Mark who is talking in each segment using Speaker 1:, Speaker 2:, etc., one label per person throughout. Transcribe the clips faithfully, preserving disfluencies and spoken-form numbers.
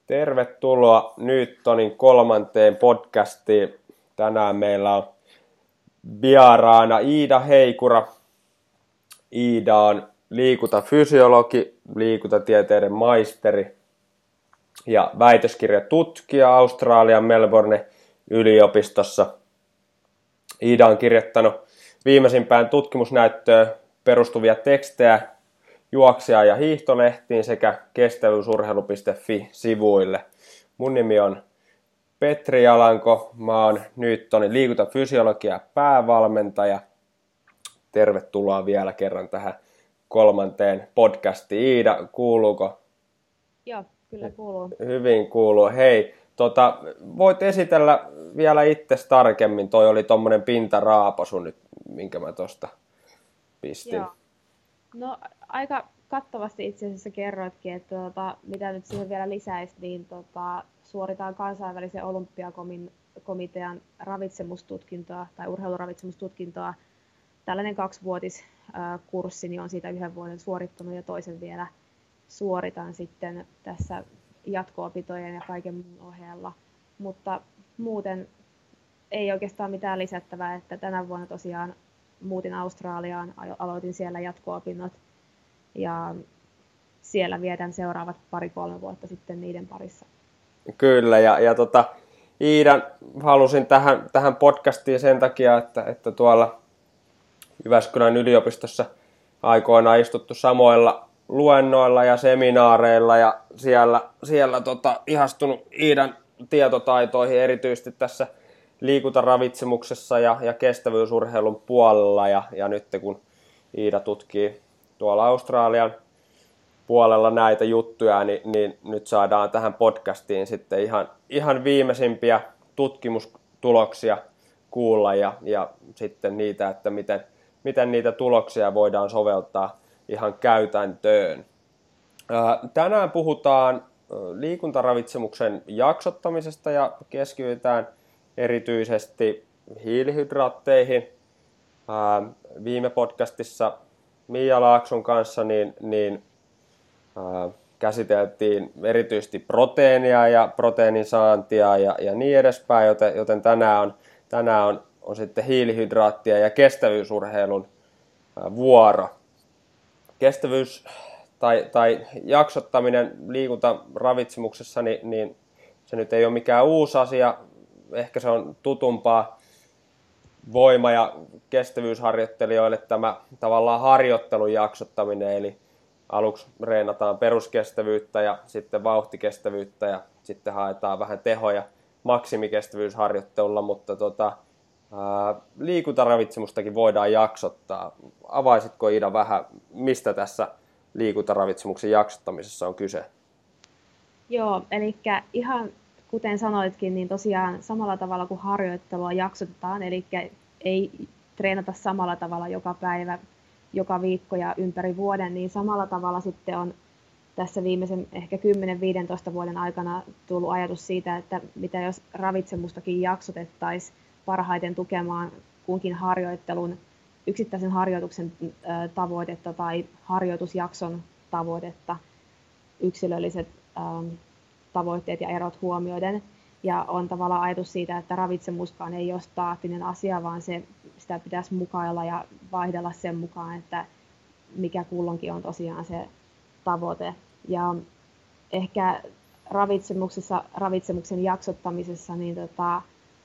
Speaker 1: Tervetuloa Newtonin kolmanteen podcastiin. Tänään meillä on vieraana Iida Heikura. Iida on liikuntafysiologi, liikuntatieteiden maisteri ja väitöskirjatutkija Australian Melbourne yliopistossa. Iida on kirjoittanut viimeisimpään tutkimusnäyttöön perustuvia tekstejä juoksija- ja hiihtolehtiin sekä kestävyysurheilu piste fi-sivuille. Mun nimi on Petri Alanko, mä oon Newtonin liikuntafysiologia ja päävalmentaja. Tervetuloa vielä kerran tähän kolmanteen podcastiin. Iida, kuuluuko?
Speaker 2: Joo, kyllä kuuluu.
Speaker 1: Hyvin kuuluu. Hei, tota, voit esitellä vielä itse tarkemmin. Toi oli tommonen pintaraapasu nyt, minkä mä tosta pistin.
Speaker 2: Joo. No aika kattavasti itse asiassa kerroitkin, että tota, mitä nyt siihen vielä lisäisi, niin tota, suoritaan kansainvälisen olympiakomitean ravitsemustutkintoa tai urheiluravitsemustutkintoa. Tällainen kaksivuotiskurssi, niin on siitä yhden vuoden suorittanut ja toisen vielä suoritan sitten tässä jatko-opintojen ja kaiken muun ohella. Mutta muuten ei oikeastaan mitään lisättävää, että tänä vuonna tosiaan muutin Australiaan, aloitin siellä jatko-opinnot ja siellä viedän seuraavat pari-kolme vuotta sitten niiden parissa.
Speaker 1: Kyllä, ja, ja tota, Iidan halusin tähän, tähän podcastiin sen takia, että, että tuolla Jyväskylän yliopistossa aikoinaan istuttu samoilla luennoilla ja seminaareilla ja siellä, siellä tota, ihastunut Iidan tietotaitoihin erityisesti tässä liikuntaravitsemuksessa ja, ja kestävyysurheilun puolella ja, ja nyt kun Iida tutkii tuolla Australian puolella näitä juttuja, niin, niin nyt saadaan tähän podcastiin sitten ihan, ihan viimeisimpiä tutkimustuloksia kuulla ja, ja sitten niitä, että miten, miten niitä tuloksia voidaan soveltaa ihan käytäntöön. Tänään puhutaan liikuntaravitsemuksen jaksottamisesta ja keskitytään erityisesti hiilihydraatteihin. Ää, viime podcastissa Mia Laakson kanssa niin, niin, ää, käsiteltiin erityisesti proteiinia ja proteiinin saantia ja, ja niin edespäin, joten, joten tänään, on, tänään on, on sitten hiilihydraattia ja kestävyysurheilun ää, vuoro. Kestävyys tai, tai jaksottaminen liikuntaravitsemuksessa, niin, niin se nyt ei ole mikään uusi asia. Ehkä se on tutumpaa voima- ja kestävyysharjoittelijoille tämä tavallaan harjoittelun jaksottaminen, eli aluksi reenataan peruskestävyyttä ja sitten vauhtikestävyyttä ja sitten haetaan vähän tehoja maksimikestävyysharjoittelulla, mutta tota, ää, liikuntaravitsemustakin voidaan jaksottaa. Avaisitko Iida vähän, mistä tässä liikuntaravitsemuksen jaksottamisessa on kyse?
Speaker 2: Joo, eli ihan kuten sanoitkin, niin tosiaan samalla tavalla kuin harjoittelua jaksotetaan, eli ei treenata samalla tavalla joka päivä, joka viikko ja ympäri vuoden, niin samalla tavalla sitten on tässä viimeisen ehkä kymmenen viisitoista vuoden aikana tullut ajatus siitä, että mitä jos ravitsemustakin jaksotettaisiin parhaiten tukemaan kunkin harjoittelun, yksittäisen harjoituksen tavoitetta tai harjoitusjakson tavoitetta, yksilölliset tavoitteet ja erot huomioiden. Ja on tavallaan ajatus siitä, että ravitsemuskaan ei ole staattinen asia, vaan se, sitä pitäisi mukailla ja vaihdella sen mukaan, että mikä kulloinkin on tosiaan se tavoite. Ja ehkä ravitsemuksessa, ravitsemuksen jaksottamisessa, niin tota,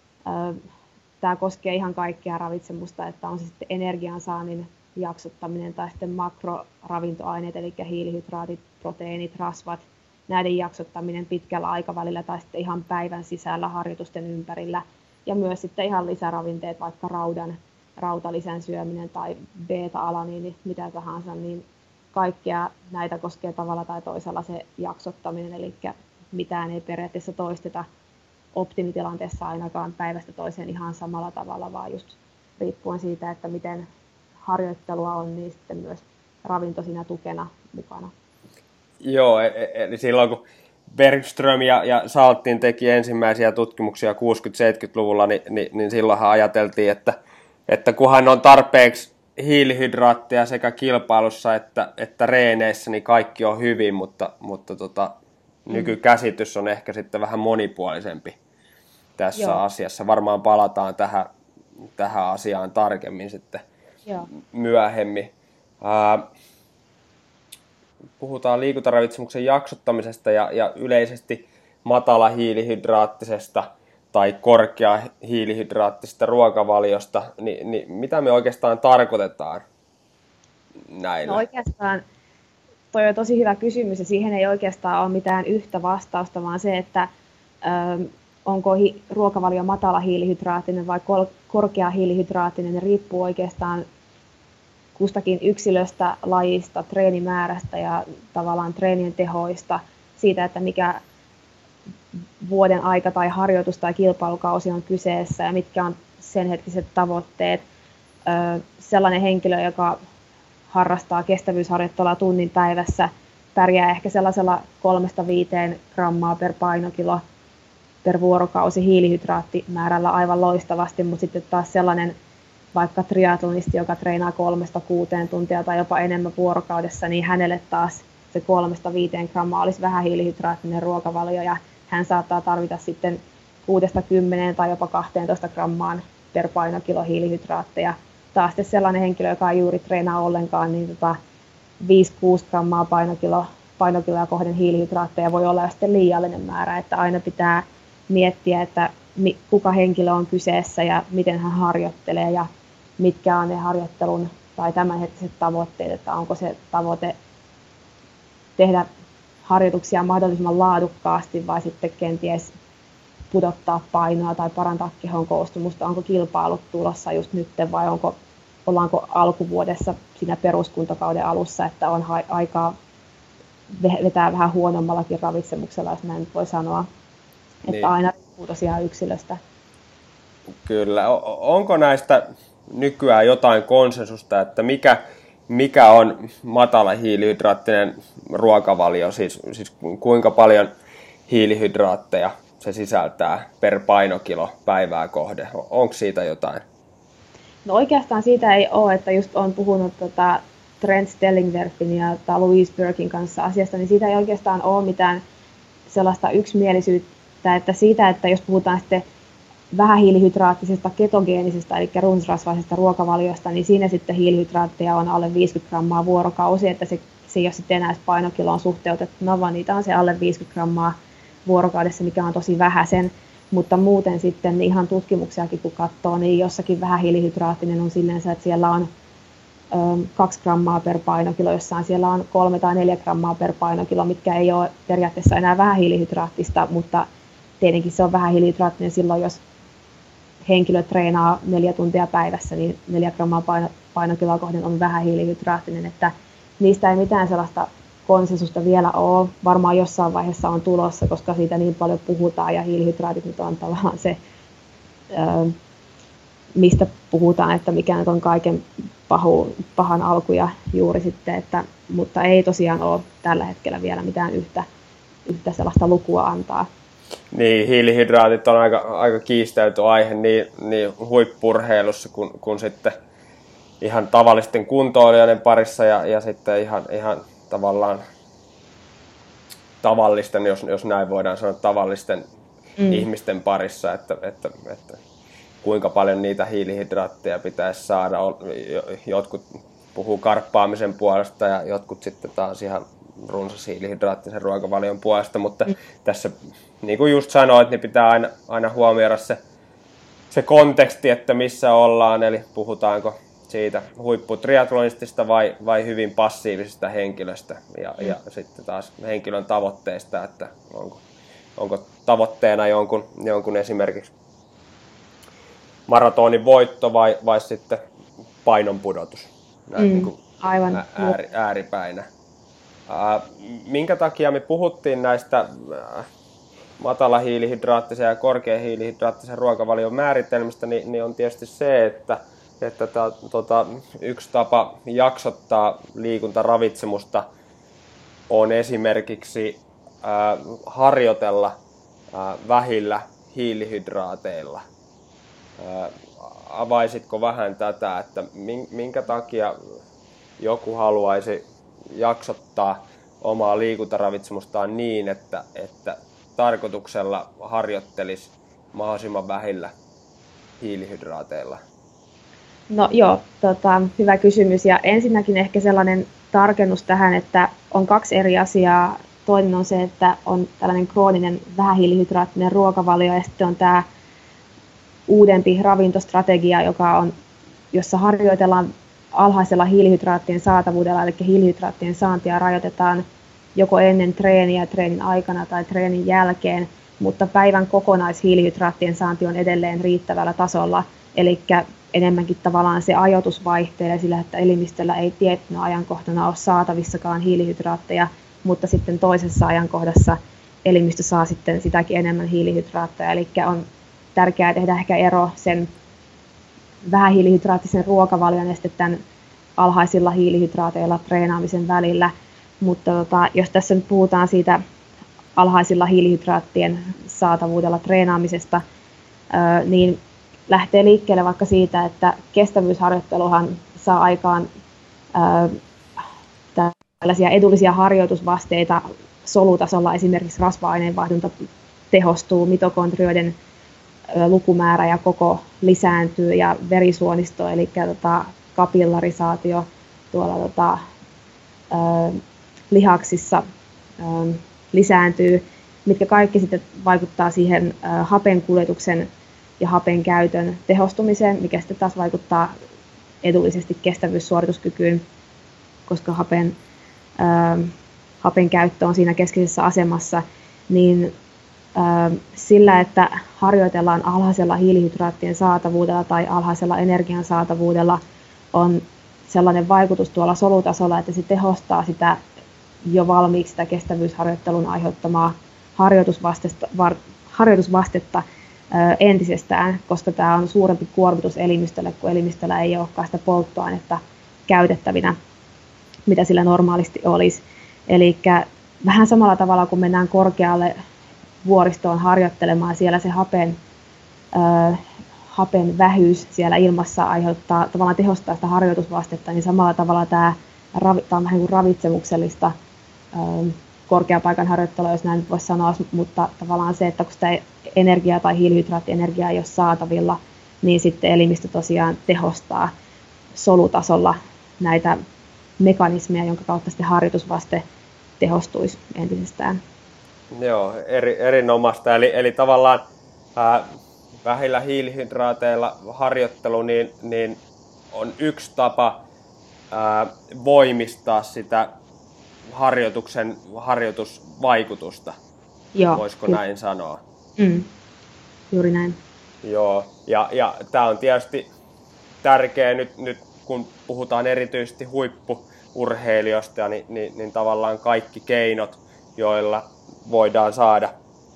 Speaker 2: tämä koskee ihan kaikkea ravitsemusta, että on se sitten energiansaannin jaksottaminen tai sitten makroravintoaineet, eli hiilihydraatit, proteiinit, rasvat, näiden jaksottaminen pitkällä aikavälillä tai sitten ihan päivän sisällä harjoitusten ympärillä. Ja myös sitten ihan lisäravinteet, vaikka raudan, rautalisän syöminen tai beta-alaniini, mitä tahansa, niin kaikkea näitä koskee tavalla tai toisella se jaksottaminen, eli mitään ei periaatteessa toisteta optimitilanteessa ainakaan päivästä toiseen ihan samalla tavalla, vaan just riippuen siitä, että miten harjoittelua on, niin sitten myös ravinto siinä tukena mukana.
Speaker 1: Joo, eli silloin kun Bergström ja, ja Saltin teki ensimmäisiä tutkimuksia kuusikymmentä-seitsemänkymmentäluvulla, niin, niin, niin silloinhan ajateltiin, että, että kunhan on tarpeeksi hiilihydraatteja sekä kilpailussa että, että reeneissä, niin kaikki on hyvin, mutta, mutta tota, nykykäsitys on ehkä sitten vähän monipuolisempi tässä
Speaker 2: Joo.
Speaker 1: asiassa. Varmaan palataan tähän, tähän asiaan tarkemmin sitten
Speaker 2: Joo.
Speaker 1: myöhemmin. Ää, puhutaan liikuntaravitsemuksen jaksottamisesta ja, ja yleisesti matala hiilihydraattisesta tai korkea hiilihydraattisesta ruokavaliosta, niin, niin mitä me oikeastaan tarkoitetaan näillä?
Speaker 2: No oikeastaan toi on tosi hyvä kysymys ja siihen ei oikeastaan ole mitään yhtä vastausta, vaan se, että ö, onko hi- ruokavalio matala hiilihydraattinen vai kol- korkea hiilihydraattinen, ne riippuu oikeastaan kustakin yksilöstä, lajista, treenimäärästä ja tavallaan treenien tehoista, siitä, että mikä vuoden aika tai harjoitus tai kilpailukausi on kyseessä ja mitkä on sen hetkiset tavoitteet. Ö, sellainen henkilö, joka harrastaa kestävyysharjoittelua tunnin päivässä, pärjää ehkä sellaisella kolmesta viiteen grammaa per painokilo per vuorokausi hiilihydraattimäärällä aivan loistavasti, mutta sitten taas sellainen vaikka triatlonisti, joka treenaa kolmesta kuuteen tuntia tai jopa enemmän vuorokaudessa, niin hänelle taas se kolmesta viiteen grammaa olisi vähän hiilihydraattinen ruokavalio ja hän saattaa tarvita sitten kuudesta kymmeneen tai jopa kahteentoista grammaan per painokilo hiilihydraatteja. Taas sitten sellainen henkilö, joka ei juuri treenaa ollenkaan, niin tota viisi kuusi grammaa painokilo, painokiloa kohden hiilihydraatteja voi olla sitten liiallinen määrä, että aina pitää miettiä, että kuka henkilö on kyseessä ja miten hän harjoittelee ja mitkä on ne harjoittelun tai tämänhetkiset tavoitteet, että onko se tavoite tehdä harjoituksia mahdollisimman laadukkaasti vai sitten kenties pudottaa painoa tai parantaa kehon koostumusta, onko kilpailut tulossa just nyt vai onko, ollaanko alkuvuodessa siinä peruskuntokauden alussa, että on ha- aikaa vetää vähän huonommallakin ravitsemuksella, jos näin voi sanoa, että niin. Aina riippuu tosiaan yksilöstä.
Speaker 1: Kyllä. Onko näistä nykyään jotain konsensusta, että mikä, mikä on matala hiilihydraattinen ruokavalio, siis, siis kuinka paljon hiilihydraatteja se sisältää per painokilo päivää kohde? Onko siitä jotain?
Speaker 2: No oikeastaan siitä ei ole, että just olen puhunut tota Trent Stellingwerfin ja Louise Burkein kanssa asiasta, niin siitä ei oikeastaan ole mitään sellaista yksimielisyyttä, että siitä, että jos puhutaan sitten vähähiilihydraattisesta ketogeenisestä, eli runsasrasvaisesta ruokavaliosta, niin siinä sitten hiilihydraatteja on alle viisikymmentä grammaa vuorokausi, että se, se ei ole sitten enää painokiloon suhteutettuna, vaan niitä on se alle viisikymmentä grammaa vuorokaudessa, mikä on tosi vähäisen, mutta muuten sitten niin ihan tutkimuksiakin kun katsoo, niin jossakin vähähiilihydraattinen on silleen, että siellä on ö, kaksi grammaa per painokilo, jossain siellä on kolme tai neljä grammaa per painokilo, mitkä ei ole periaatteessa enää vähähiilihydraattista, mutta tietenkin se on vähähiilihydraattinen silloin, jos henkilö treenaa neljä tuntia päivässä, niin neljä grammaa paino, painokiloa kohden on vähähiilihydraattinen, että niistä ei mitään sellaista konsensusta vielä ole. Varmaan jossain vaiheessa on tulossa, koska siitä niin paljon puhutaan ja hiilihydraatit nyt on tavallaan se, mistä puhutaan, että mikä nyt on kaiken pahu, pahan alku ja juuri sitten, että, mutta ei tosiaan ole tällä hetkellä vielä mitään yhtä, yhtä sellaista lukua antaa.
Speaker 1: Niin, hiilihydraatit on aika, aika kiistelty aihe niin, niin huippurheilussa kuin, kuin sitten ihan tavallisten kuntoilijoiden parissa ja, ja sitten ihan, ihan tavallaan tavallisten, jos, jos näin voidaan sanoa, tavallisten mm. ihmisten parissa, että, että, että kuinka paljon niitä hiilihydraatteja pitäisi saada. Jotkut puhuu karppaamisen puolesta ja jotkut sitten taas ihan runsas hiilihydraattisen ruokavalion puolesta, mutta mm. tässä niin kuin just sanoit, niin pitää aina, aina huomioida se, se konteksti, että missä ollaan, eli puhutaanko siitä huipputriatlonistista vai, vai hyvin passiivisesta henkilöstä ja, mm. ja sitten taas henkilön tavoitteista, että onko, onko tavoitteena jonkun, jonkun esimerkiksi maratonin voitto vai, vai sitten painon pudotus näin mm. niin kuin
Speaker 2: aivan
Speaker 1: ääri, ääripäinä. Äh, minkä takia me puhuttiin näistä äh, matalahiilihydraattisen ja korkeahiilihydraattisen ruokavalion määritelmistä, niin, niin on tietysti se, että, että ta, tota, yksi tapa jaksottaa liikuntaravitsemusta on esimerkiksi äh, harjoitella äh, vähillä hiilihydraateilla. Äh, avaisitko vähän tätä, että minkä takia joku haluaisi jaksottaa omaa liikuntaravitsemustaan niin, että, että tarkoituksella harjoittelisi mahdollisimman vähillä hiilihydraateilla?
Speaker 2: No joo, tota, hyvä kysymys. Ja ensinnäkin ehkä sellainen tarkennus tähän, että on kaksi eri asiaa. Toinen on se, että on tällainen krooninen vähähiilihydraattinen ruokavalio ja sitten on tämä uudempi ravintostrategia, joka on, jossa harjoitellaan alhaisella hiilihydraattien saatavuudella, eli hiilihydraattien saantia rajoitetaan joko ennen treeniä, treenin aikana tai treenin jälkeen, mutta päivän kokonaishiilihydraattien saanti on edelleen riittävällä tasolla, eli enemmänkin tavallaan se ajoitus vaihtelee sillä, että elimistöllä ei tiettynä ajankohtana ole saatavissakaan hiilihydraatteja, mutta sitten toisessa ajankohdassa elimistö saa sitten sitäkin enemmän hiilihydraatteja, eli on tärkeää tehdä ehkä ero sen vähähiilihydraattisen ruokavalion ja sitten tämän alhaisilla hiilihydraateilla treenaamisen välillä, mutta tota, jos tässä nyt puhutaan siitä alhaisilla hiilihydraattien saatavuudella treenaamisesta, niin lähtee liikkeelle vaikka siitä, että kestävyysharjoitteluhan saa aikaan tällaisia edullisia harjoitusvasteita solutasolla, esimerkiksi rasva-aineenvaihdunta tehostuu, mitokondrioiden lukumäärä ja koko lisääntyy ja verisuonisto, eli tota, kapillarisaatio tuolla tota, ä, lihaksissa ä, lisääntyy, mitkä kaikki sitten vaikuttaa siihen ä, hapen kuljetuksen ja hapen käytön tehostumiseen, mikä sitten taas vaikuttaa edullisesti kestävyyssuorituskykyyn, koska hapen, ä, hapen käyttö on siinä keskeisessä asemassa, niin ä, sillä, että harjoitellaan alhaisella hiilihydraattien saatavuudella tai alhaisella energian saatavuudella, on sellainen vaikutus tuolla solutasolla, että se tehostaa sitä jo valmiiksi sitä kestävyysharjoittelun aiheuttamaa harjoitusvastetta, var, harjoitusvastetta ää, entisestään, koska tämä on suurempi kuormitus elimistölle, kun elimistöllä ei olekaan sitä polttoainetta käytettävinä, mitä sillä normaalisti olisi. Eli vähän samalla tavalla, kun mennään korkealle vuoristoon harjoittelemaan, siellä se hapen, ää, hapen vähyys siellä ilmassa aiheuttaa, tavallaan tehostaa sitä harjoitusvastetta, niin samalla tavalla tämä, tämä on vähän kuin ravitsemuksellista ää, korkeapaikan harjoittelua, jos näin voisi sanoa, mutta tavallaan se, että kun sitä energiaa tai hiilihydraattienergiaa ei ole saatavilla, niin sitten elimistö tosiaan tehostaa solutasolla näitä mekanismeja, jonka kautta sitten harjoitusvaste tehostuisi entisestään.
Speaker 1: Joo, eri, erinomaista. Eli, eli tavallaan ää, vähillä hiilihydraateilla harjoittelu niin, niin on yksi tapa ää, voimistaa sitä harjoituksen harjoitusvaikutusta. Joo, voisiko kyllä näin sanoa?
Speaker 2: Mm, juuri näin.
Speaker 1: Joo, ja, ja tämä on tietysti tärkeä nyt, nyt kun puhutaan erityisesti huippu-urheilijoista, niin, niin, niin tavallaan kaikki keinot, joilla voidaan saada,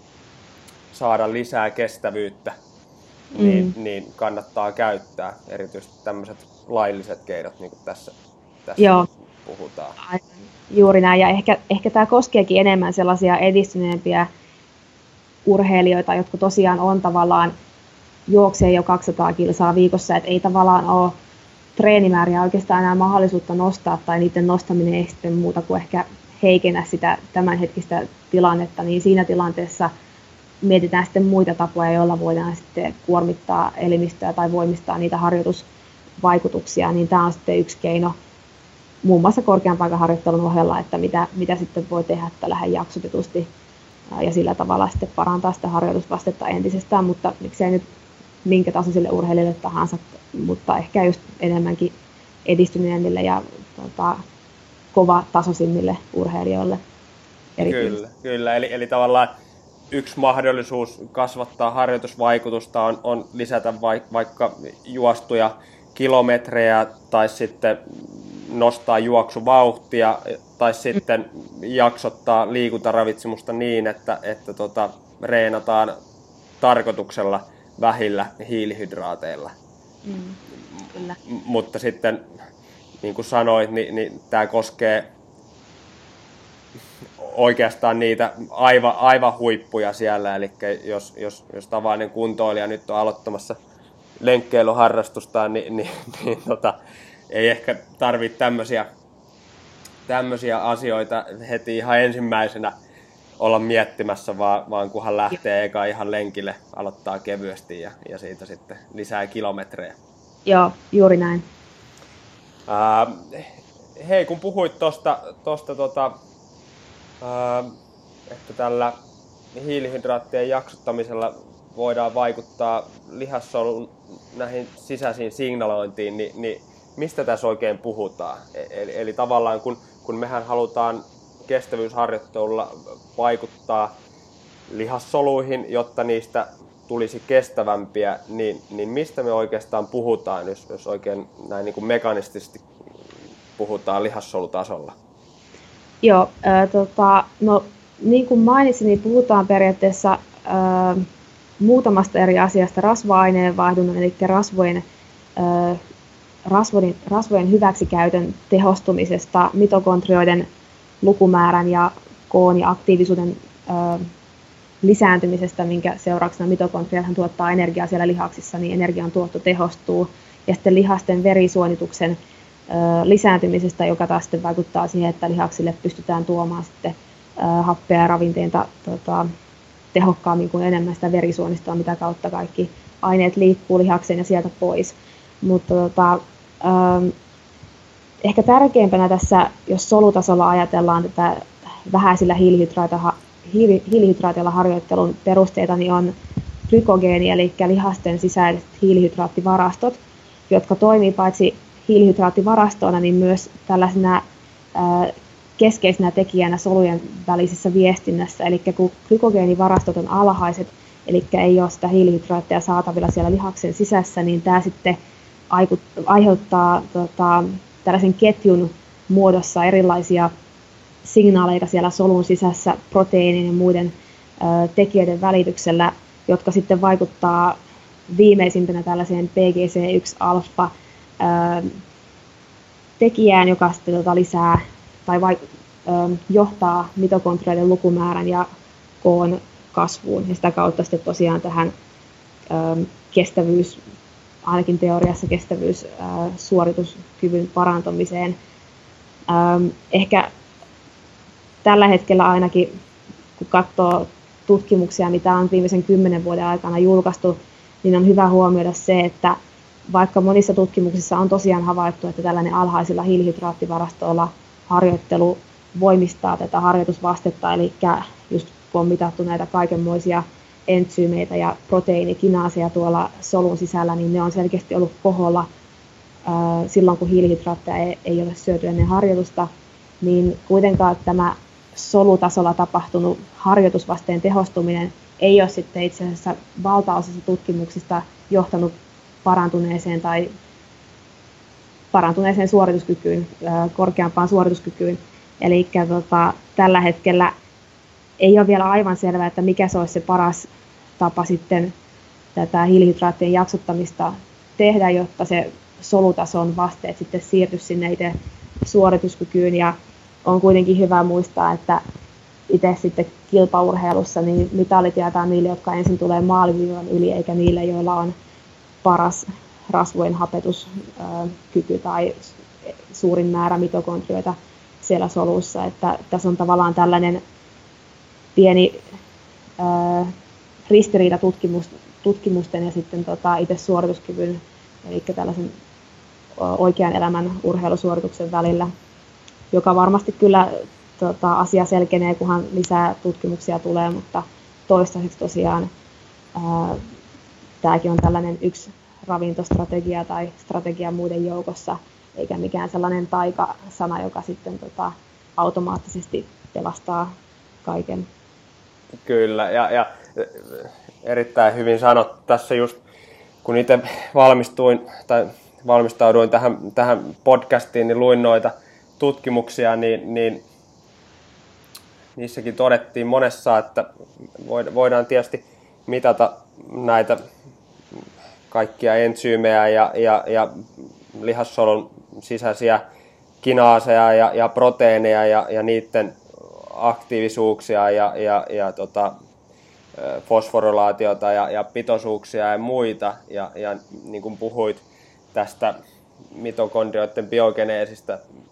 Speaker 1: saada lisää kestävyyttä, mm. niin, niin kannattaa käyttää, erityisesti tämmöiset lailliset keinot, niin kuin tässä, tässä
Speaker 2: Joo.
Speaker 1: puhutaan.
Speaker 2: Aivan. Juuri näin, ja ehkä, ehkä tämä koskeekin enemmän sellaisia edistyneempiä urheilijoita, jotka tosiaan on tavallaan juoksee jo kaksisataa kilsaa viikossa, että ei tavallaan ole treenimääriä oikeastaan enää mahdollisuutta nostaa, tai niiden nostaminen ei sitten muuta kuin ehkä heikennä sitä tämänhetkistä tilannetta, niin siinä tilanteessa mietitään sitten muita tapoja, joilla voidaan sitten kuormittaa elimistöä tai voimistaa niitä harjoitusvaikutuksia, niin tämä on sitten yksi keino muun muassa korkean paikan harjoittelun ohella, että mitä, mitä sitten voi tehdä tällä jaksotetusti ja sillä tavalla sitten parantaa sitä harjoitusvastetta entisestään, mutta miksei nyt minkä tasoisille urheilijoille tahansa, mutta ehkä just enemmänkin edistyneemmille ja tota, kovatasoisimmille urheilijoille.
Speaker 1: Erityisesti. Kyllä, kyllä. Eli, eli tavallaan yksi mahdollisuus kasvattaa harjoitusvaikutusta on, on lisätä vaikka juostuja kilometrejä tai sitten nostaa juoksuvauhtia tai sitten jaksottaa liikuntaravitsemusta niin, että, että tota, reenataan tarkoituksella vähillä hiilihydraateilla.
Speaker 2: Mm, kyllä.
Speaker 1: M- mutta sitten, niin kuin sanoit, niin, niin tämä koskee oikeastaan niitä aivan, aivan huippuja siellä. Eli jos, jos, jos tavallinen kuntoilija nyt on aloittamassa lenkkeilyharrastustaan, niin, niin, niin tota, ei ehkä tarvitse tämmöisiä tämmöisiä asioita heti ihan ensimmäisenä olla miettimässä, vaan, vaan kunhan lähtee eka ihan lenkille, aloittaa kevyesti ja, ja siitä sitten lisää kilometrejä.
Speaker 2: Joo, juuri näin.
Speaker 1: Ää, hei, kun puhuit tuosta, tosta, tota, ää, että tällä hiilihydraattien jaksottamisella voidaan vaikuttaa lihassolun näihin sisäisiin signalointiin, niin, niin mistä tässä oikein puhutaan? Eli, eli tavallaan kun, kun mehän halutaan kestävyysharjoittelulla vaikuttaa lihassoluihin, jotta niistä tulisi kestävämpiä, niin, niin mistä me oikeastaan puhutaan, jos, jos oikein näin niin kuin mekanistisesti puhutaan lihassolutasolla?
Speaker 2: Joo, äh, tota, no niin kuin mainitsin, niin puhutaan periaatteessa äh, muutamasta eri asiasta. Rasva-aineen vaihdunnan, eli rasvojen, äh, rasvojen, rasvojen hyväksikäytön tehostumisesta, mitokondrioiden lukumäärän ja koon ja aktiivisuuden ö, lisääntymisestä, minkä seurauksena mitokondriathan tuottaa energiaa siellä lihaksissa, niin energian tuotto tehostuu. Ja sitten lihasten verisuonituksen ö, lisääntymisestä, joka taas sitten vaikuttaa siihen, että lihaksille pystytään tuomaan sitten ö, happea ja ravinteita tota, tehokkaammin kuin enemmän sitä verisuonistoa, mitä kautta kaikki aineet liikkuu lihakseen ja sieltä pois. Mutta tota, ö, ehkä tärkeimpänä tässä, jos solutasolla ajatellaan tätä vähäisillä hiilihydraateilla harjoittelun perusteita, niin on glykogeeni, eli lihasten sisäiset hiilihydraattivarastot, jotka toimii paitsi hiilihydraattivarastoina, niin myös tällaisena ää, keskeisenä tekijänä solujen välisessä viestinnässä. Eli kun glykogeenivarastot on alhaiset, eli ei ole sitä hiilihydraatteja saatavilla siellä lihaksen sisässä, niin tämä sitten aiheuttaa tota, tällaisen ketjun muodossa erilaisia signaaleita siellä solun sisässä proteiinin ja muiden ö, tekijöiden välityksellä, jotka sitten vaikuttaa viimeisimpänä tällaiseen P G C yksi alfa ö, tekijään, joka sitten tota lisää tai vaik- ö, johtaa mitokondrioiden lukumäärän ja koon kasvuun ja sitä kautta sitten tosiaan tähän ö, kestävyys ainakin teoriassa kestävyys ää, suorituskyvyn parantumiseen. Ähm, ehkä tällä hetkellä ainakin, kun katsoo tutkimuksia, mitä on viimeisen kymmenen vuoden aikana julkaistu, niin on hyvä huomioida se, että vaikka monissa tutkimuksissa on tosiaan havaittu, että tällainen alhaisilla hiilihydraattivarastoilla harjoittelu voimistaa tätä harjoitusvastetta, eli just kun on mitattu näitä kaikenmoisia entsyymeitä ja proteiinikinaaseja tuolla solun sisällä, niin ne on selkeästi ollut koholla ää, silloin, kun hiilihydraatteja ei, ei ole syöty ennen harjoitusta, niin kuitenkaan tämä solutasolla tapahtunut harjoitusvasteen tehostuminen ei ole sitten itse asiassa valtaosassa tutkimuksista johtanut parantuneeseen tai parantuneeseen suorituskykyyn, ää, korkeampaan suorituskykyyn. Eli tota, tällä hetkellä ei ole vielä aivan selvää, että mikä se olisi se paras tapa sitten tätä hiilihydraattien jaksottamista tehdä, jotta se solutason vasteet sitten siirtyisi sinne itse suorituskykyyn. Ja on kuitenkin hyvä muistaa, että itse sitten kilpaurheilussa niin mitalit jaetaan niille, jotka ensin tulee maaliviivan yli, eikä niille, joilla on paras rasvojen hapetuskyky tai suurin määrä mitokondrioita siellä solussa. Että tässä on tavallaan tällainen pieni ää, ristiriita tutkimus, tutkimusten ja sitten tota, itse suorituskyvyn, eli tällaisen oikean elämän urheilusuorituksen välillä, joka varmasti kyllä tota, asia selkenee, kunhan lisää tutkimuksia tulee, mutta toistaiseksi tosiaan ää, tämäkin on tällainen yksi ravintostrategia tai strategia muiden joukossa, eikä mikään sellainen taikasana, joka sitten tota, automaattisesti pelastaa kaiken.
Speaker 1: Kyllä, ja, ja erittäin hyvin sanottu. Tässä just, kun itse valmistuin tai valmistauduin tähän, tähän podcastiin, niin luin noita tutkimuksia, niin, niin niissäkin todettiin monessa, että voidaan tietysti mitata näitä kaikkia entsyymejä ja, ja, ja lihassolun sisäisiä kinaaseja ja, ja proteiineja ja, ja niiden aktiivisuuksia ja, ja, ja tota, fosforilaatiota ja, ja pitoisuuksia ja muita. Ja, ja niin kuin puhuit tästä mitokondrioiden biogeneesistä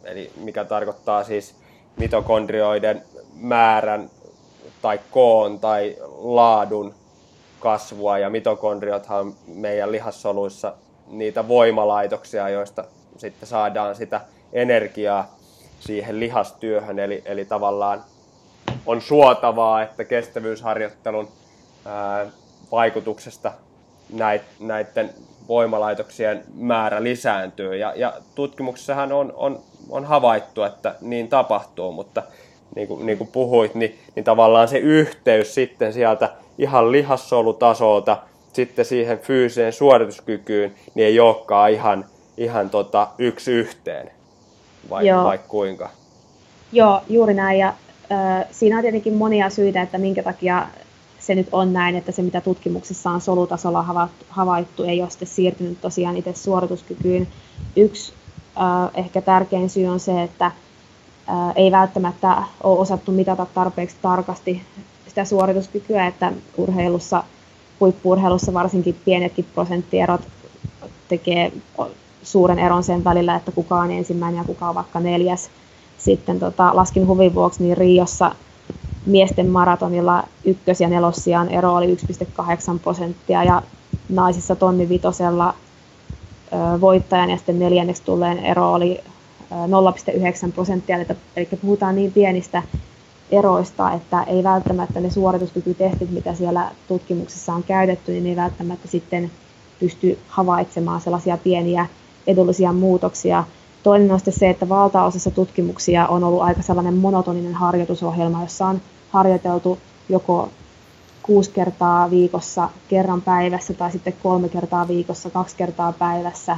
Speaker 1: eli mikä tarkoittaa siis mitokondrioiden määrän tai koon tai laadun kasvua, ja mitokondriothan on meidän lihassoluissa niitä voimalaitoksia, joista sitten saadaan sitä energiaa siihen lihastyöhön, eli, eli tavallaan on suotavaa, että kestävyysharjoittelun ää, vaikutuksesta näit, näiden voimalaitoksien määrä lisääntyy, ja, ja tutkimuksessahan on, on, on havaittu, että niin tapahtuu, mutta niin kuin, niin kuin puhuit, niin, niin tavallaan se yhteys sitten sieltä ihan lihassolutasolta sitten siihen fyysiseen suorituskykyyn niin ei olekaan ihan, ihan tota yksi yhteen, vai, vai kuinka?
Speaker 2: Joo, juuri näin. Ja, äh, siinä on tietenkin monia syitä, että minkä takia se nyt on näin, että se mitä tutkimuksessa on solutasolla havaittu, havaittu ei ole sitten siirtynyt tosiaan itse suorituskykyyn. Yksi äh, ehkä tärkein syy on se, että äh, ei välttämättä ole osattu mitata tarpeeksi tarkasti sitä suorituskykyä, että urheilussa, huippu-urheilussa varsinkin pienetkin prosenttierot tekee suuren eron sen välillä, että kuka on ensimmäinen ja kuka on vaikka neljäs. Sitten tota, laskin huvin vuoksi, niin Riossa miesten maratonilla ykkös- ja nelossijan ero oli yksi pilkku kahdeksan prosenttia ja naisissa tonni vitosella ö, voittajan ja sitten neljänneksi tulleen ero oli ö, nolla pilkku yhdeksän prosenttia. Eli, eli puhutaan niin pienistä eroista, että ei välttämättä ne suorituskykytestit, mitä siellä tutkimuksessa on käytetty, niin ei välttämättä sitten pysty havaitsemaan sellaisia pieniä edullisia muutoksia. Toinen on sitten se, että valtaosassa tutkimuksia on ollut aika sellainen monotoninen harjoitusohjelma, jossa on harjoiteltu joko kuusi kertaa viikossa kerran päivässä tai sitten kolme kertaa viikossa kaksi kertaa päivässä.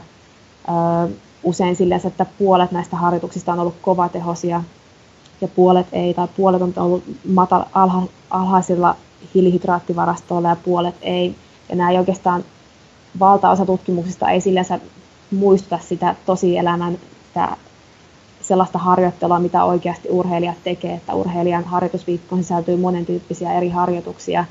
Speaker 2: Usein sillä, että puolet näistä harjoituksista on ollut kovatehoisia ja puolet ei, tai puolet on ollut matal, alha, alhaisilla hiilihydraattivarastoilla ja puolet ei. Ja nämä ei oikeastaan valtaosa tutkimuksista ei sillä muistuta sitä tosielämän sitä sellaista harjoittelua, mitä oikeasti urheilijat tekee, että urheilijan harjoitusviikkoon sisältyy monentyyppisiä eri harjoituksia,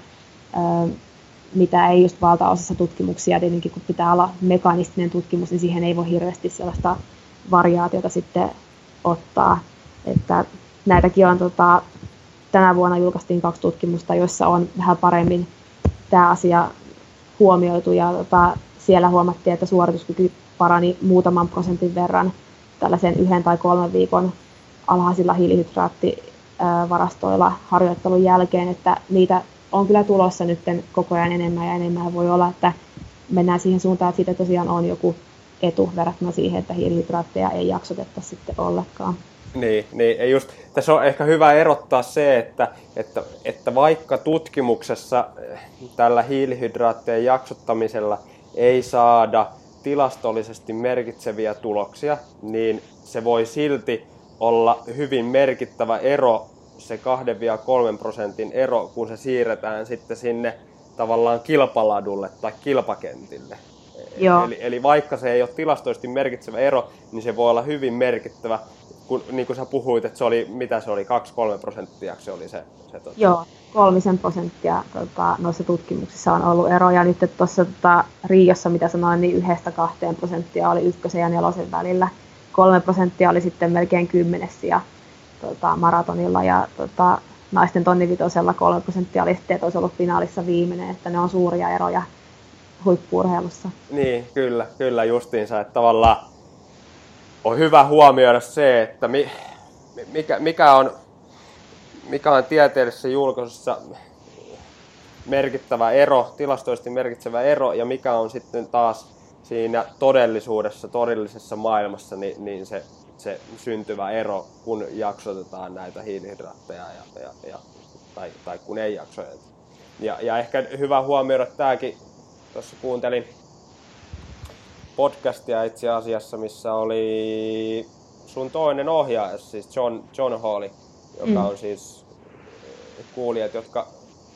Speaker 2: mitä ei just valtaosassa tutkimuksia, tietenkin kun pitää olla mekanistinen tutkimus, niin siihen ei voi hirveästi sellaista variaatiota sitten ottaa. Että näitäkin on, tota, tänä vuonna julkaistiin kaksi tutkimusta, joissa on vähän paremmin tämä asia huomioitu, ja tota, siellä huomattiin, että suorituskyky parani muutaman prosentin verran tällaisen yhden tai kolmen viikon alhaisilla hiilihydraattivarastoilla harjoittelun jälkeen, että niitä on kyllä tulossa nyt koko ajan enemmän ja enemmän. Voi olla, että mennään siihen suuntaan, että siitä tosiaan on joku etu verrattuna siihen, että hiilihydraatteja ei jaksotettaisi sitten ollenkaan.
Speaker 1: Niin, niin just, tässä on ehkä hyvä erottaa se, että, että, että vaikka tutkimuksessa tällä hiilihydraattien jaksottamisella ei saada tilastollisesti merkitseviä tuloksia, niin se voi silti olla hyvin merkittävä ero, se kahden kolmen prosentin ero, kun se siirretään sitten sinne tavallaan kilpaladulle tai kilpakentille. Eli, eli vaikka se ei ole tilastollisesti merkitsevä ero, niin se voi olla hyvin merkittävä, kun, niin kuin sä puhuit, että se oli, mitä se oli, kaksi kolme prosenttia se oli se. se tota.
Speaker 2: Joo, kolmisen prosenttia tota, noissa tutkimuksissa on ollut eroja. Nyt tuossa tota, Riossa, mitä sanoin, niin yhdestä kahteen prosenttia oli ykkösen ja nelosen välillä. Kolme prosenttia oli sitten melkein kymmenes ja tota, maratonilla ja tota, naisten tonnivitosella kolme prosenttia oli sitten, että olisi ollut finaalissa viimeinen, että ne on suuria eroja huippu-urheilussa.
Speaker 1: Niin, kyllä, kyllä justiinsa, että tavallaan on hyvä huomioida se, että mi, mikä, mikä, on, mikä on tieteellisessä julkaisussa merkittävä ero, tilastollisesti merkitsevä ero, ja mikä on sitten taas siinä todellisuudessa, todellisessa maailmassa, niin, niin se, se syntyvä ero, kun jaksotetaan näitä hiilihydraatteja ja, ja, ja, tai, tai kun ei jaksoteta. Ja, ja ehkä hyvä huomioida tämäkin, tuossa kuuntelin podcastia itse asiassa, missä oli sun toinen ohjaaja, siis John, John Hawley, joka mm. on siis kuulijat, jotka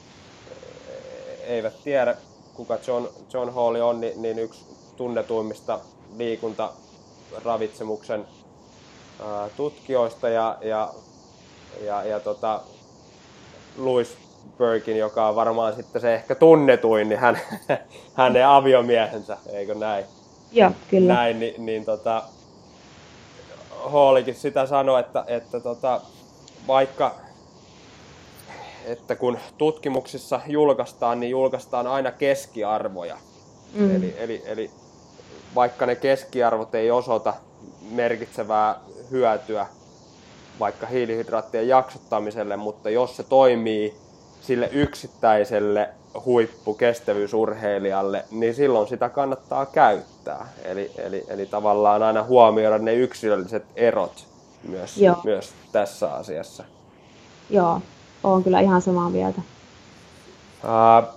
Speaker 1: eivät tiedä, kuka John, John Hawley on, niin, niin yksi tunnetuimmista liikuntaravitsemuksen ää, tutkijoista ja, ja, ja, ja tota, Louis Burkein, joka on varmaan sitten se ehkä tunnetuin, niin hän, hänen aviomiehensä, eikö näin?
Speaker 2: Joo, kyllä.
Speaker 1: Näin, niin, niin tota, Hallikin sitä sanoi, että, että tota, vaikka että kun tutkimuksissa julkaistaan, niin julkaistaan aina keskiarvoja. Mm. Eli, eli, eli vaikka ne keskiarvot ei osoita merkitsevää hyötyä vaikka hiilihydraattien jaksottamiselle, mutta jos se toimii sille yksittäiselle huippukestävyysurheilijalle, niin silloin sitä kannattaa käyttää. Eli, eli, eli tavallaan aina huomioida ne yksilölliset erot myös, myös tässä asiassa.
Speaker 2: Joo, olen kyllä ihan samaa mieltä.
Speaker 1: Uh,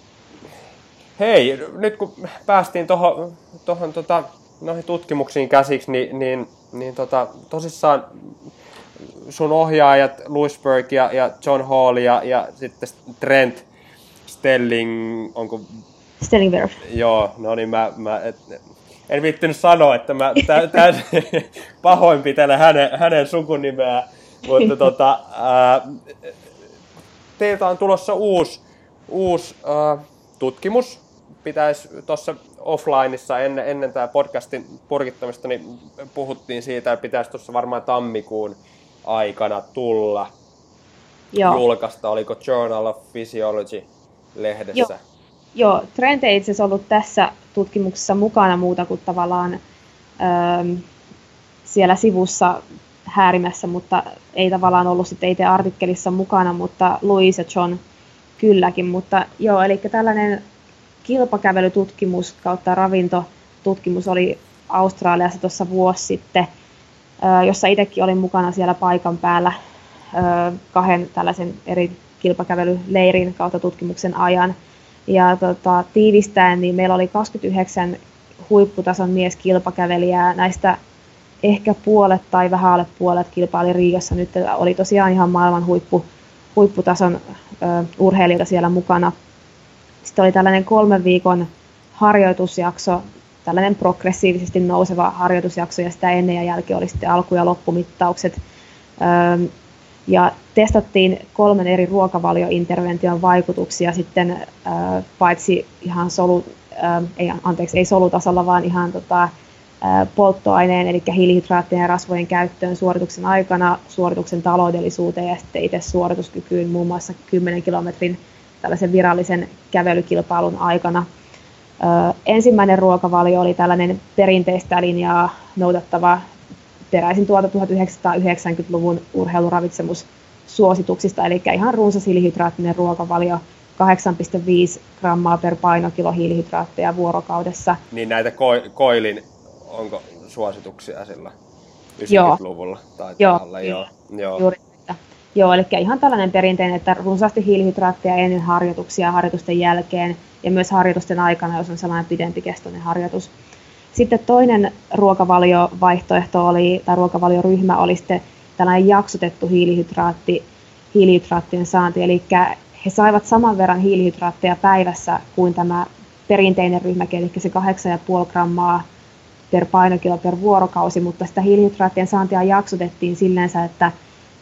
Speaker 1: hei, nyt kun päästiin tuohon tohon, tota, noihin tutkimuksiin käsiksi, niin, niin, niin tota, tosissaan sun ohjaajat Lewisburg ja, ja John Hall ja, ja sitten Trent Stelling, onko?
Speaker 2: Stellingwerff.
Speaker 1: Joo, no niin mä, mä et, en viittynyt sanoa, että mä täysin pahoinpitelen hänen, hänen sukunimeään, mutta tota, ää, teiltä on tulossa uusi, uusi ää, tutkimus. Pitäisi tuossa offlineissa ennen, ennen tämä podcastin purkittamista, niin puhuttiin siitä, että pitäisi tuossa varmaan tammikuun aikana tulla. Joo. Julkaista, oliko Journal of Physiology-lehdessä?
Speaker 2: Joo, Joo. Trent ei itse asiassa ollut tässä tutkimuksessa mukana muuta kuin tavallaan ähm, siellä sivussa häärimässä, mutta ei tavallaan ollut sitten itse artikkelissa mukana, mutta Louis ja John kylläkin. Mutta joo, eli tällainen kilpakävelytutkimus kautta ravintotutkimus oli Australiassa tuossa vuosi sitten, jossa itsekin olin mukana siellä paikan päällä kahden tällaisen eri kilpakävelyleirin kautta tutkimuksen ajan. Ja tota, tiivistäen, niin meillä oli kaksikymmentäyhdeksän huipputason mieskilpakävelijää, näistä ehkä puolet tai vähän alle puolet kilpaili Riossa. Nyt oli tosiaan ihan maailman huippu, huipputason ö, urheilijoita siellä mukana. Sitten oli tällainen kolmen viikon harjoitusjakso, tällainen progressiivisesti nouseva harjoitusjakso, ja sitä ennen ja jälkeen oli sitten alku- ja loppumittaukset. Ja testattiin kolmen eri ruokavaliointervention vaikutuksia sitten paitsi ihan solu, ei, anteeksi, ei solutasolla, vaan ihan tota, polttoaineen, eli hiilihydraattien ja rasvojen käyttöön suorituksen aikana, suorituksen taloudellisuuteen ja sitten itse suorituskykyyn muun muassa kymmenen kilometrin tällaisen virallisen kävelykilpailun aikana. Ö, ensimmäinen ruokavalio oli tällainen perinteistä linjaa noudattava peräisin tuolta tuhatyhdeksänsataayhdeksänkymmentäluvun urheiluravitsemussuosituksista, eli ihan runsas hiilihydraattinen ruokavalio, kahdeksan pilkku viisi grammaa per painokilo hiilihydraatteja vuorokaudessa.
Speaker 1: Niin näitä ko- koilin, onko suosituksia sillä yhdeksänkymmentäluvulla? Tai
Speaker 2: joo,
Speaker 1: alla, joo. Joo.
Speaker 2: Juuri. Joo, eli ihan tällainen perinteinen, että runsaasti hiilihydraatteja ennen harjoituksia, harjoitusten jälkeen ja myös harjoitusten aikana, jos on sellainen pidempikestoinen harjoitus. Sitten toinen ruokavaliovaihtoehto oli, tai ruokavalioryhmä oli sitten tällainen jaksotettu hiilihydraatti, hiilihydraattien saanti, eli he saivat saman verran hiilihydraatteja päivässä kuin tämä perinteinen ryhmäkin, eli se kahdeksan pilkku viisi grammaa per painokilo per vuorokausi, mutta sitä hiilihydraattien saantia jaksotettiin silleen, että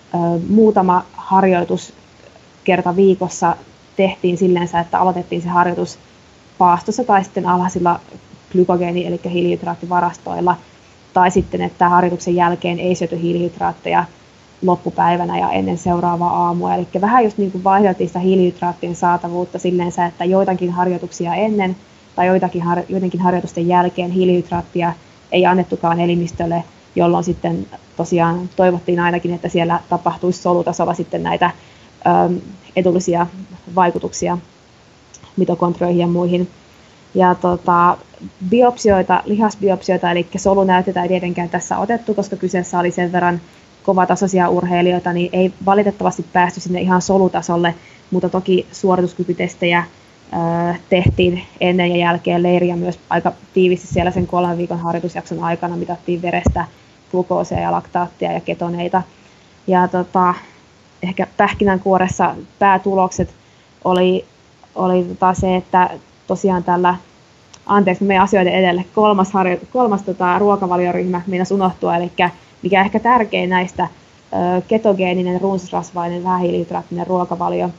Speaker 2: muutama harjoitus kerta viikossa tehtiin silleen, että aloitettiin se harjoitus paastossa tai sitten alhaisilla glykogeeni- eli hiilihydraattivarastoilla, tai sitten, että harjoituksen jälkeen ei syöty hiilihydraatteja loppupäivänä ja ennen seuraavaa aamua. Eli vähän just niin kuin vaihdeltiin sitä hiilihydraattien saatavuutta silleen, että joitakin harjoituksia ennen tai joitakin, joidenkin harjoitusten jälkeen hiilihydraattia ei annettukaan elimistölle, jolloin sitten tosiaan toivottiin ainakin, että siellä tapahtuisi solutasolla sitten näitä ö, edullisia vaikutuksia mitokondrioihin ja muihin. Ja tota, biopsioita, lihasbiopsioita, eli solunäytteitä ei tietenkään tässä otettu, koska kyseessä oli sen verran kovatasoisia urheilijoita, niin ei valitettavasti päästy sinne ihan solutasolle, mutta toki suorituskykytestejä ö, tehtiin ennen ja jälkeen leiriä myös aika tiivisti siellä sen kolmen viikon harjoitusjakson aikana, mitattiin verestä glukoosia ja laktaattia ja ketoneita. Ja tota, ehkä pähkinänkuoressa päätulokset oli, oli tota se, että tosiaan tällä, anteeksi meidän asioiden edelle, kolmas, harjo, kolmas tota, ruokavalioryhmä meinasi unohtua, eli mikä ehkä tärkein näistä, ö, ketogeeninen, runsasrasvainen, vähähiilihydraattinen ruokavalio.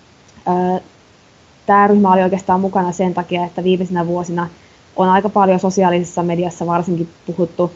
Speaker 2: Tämä ryhmä oli oikeastaan mukana sen takia, että viimeisinä vuosina on aika paljon sosiaalisessa mediassa varsinkin puhuttu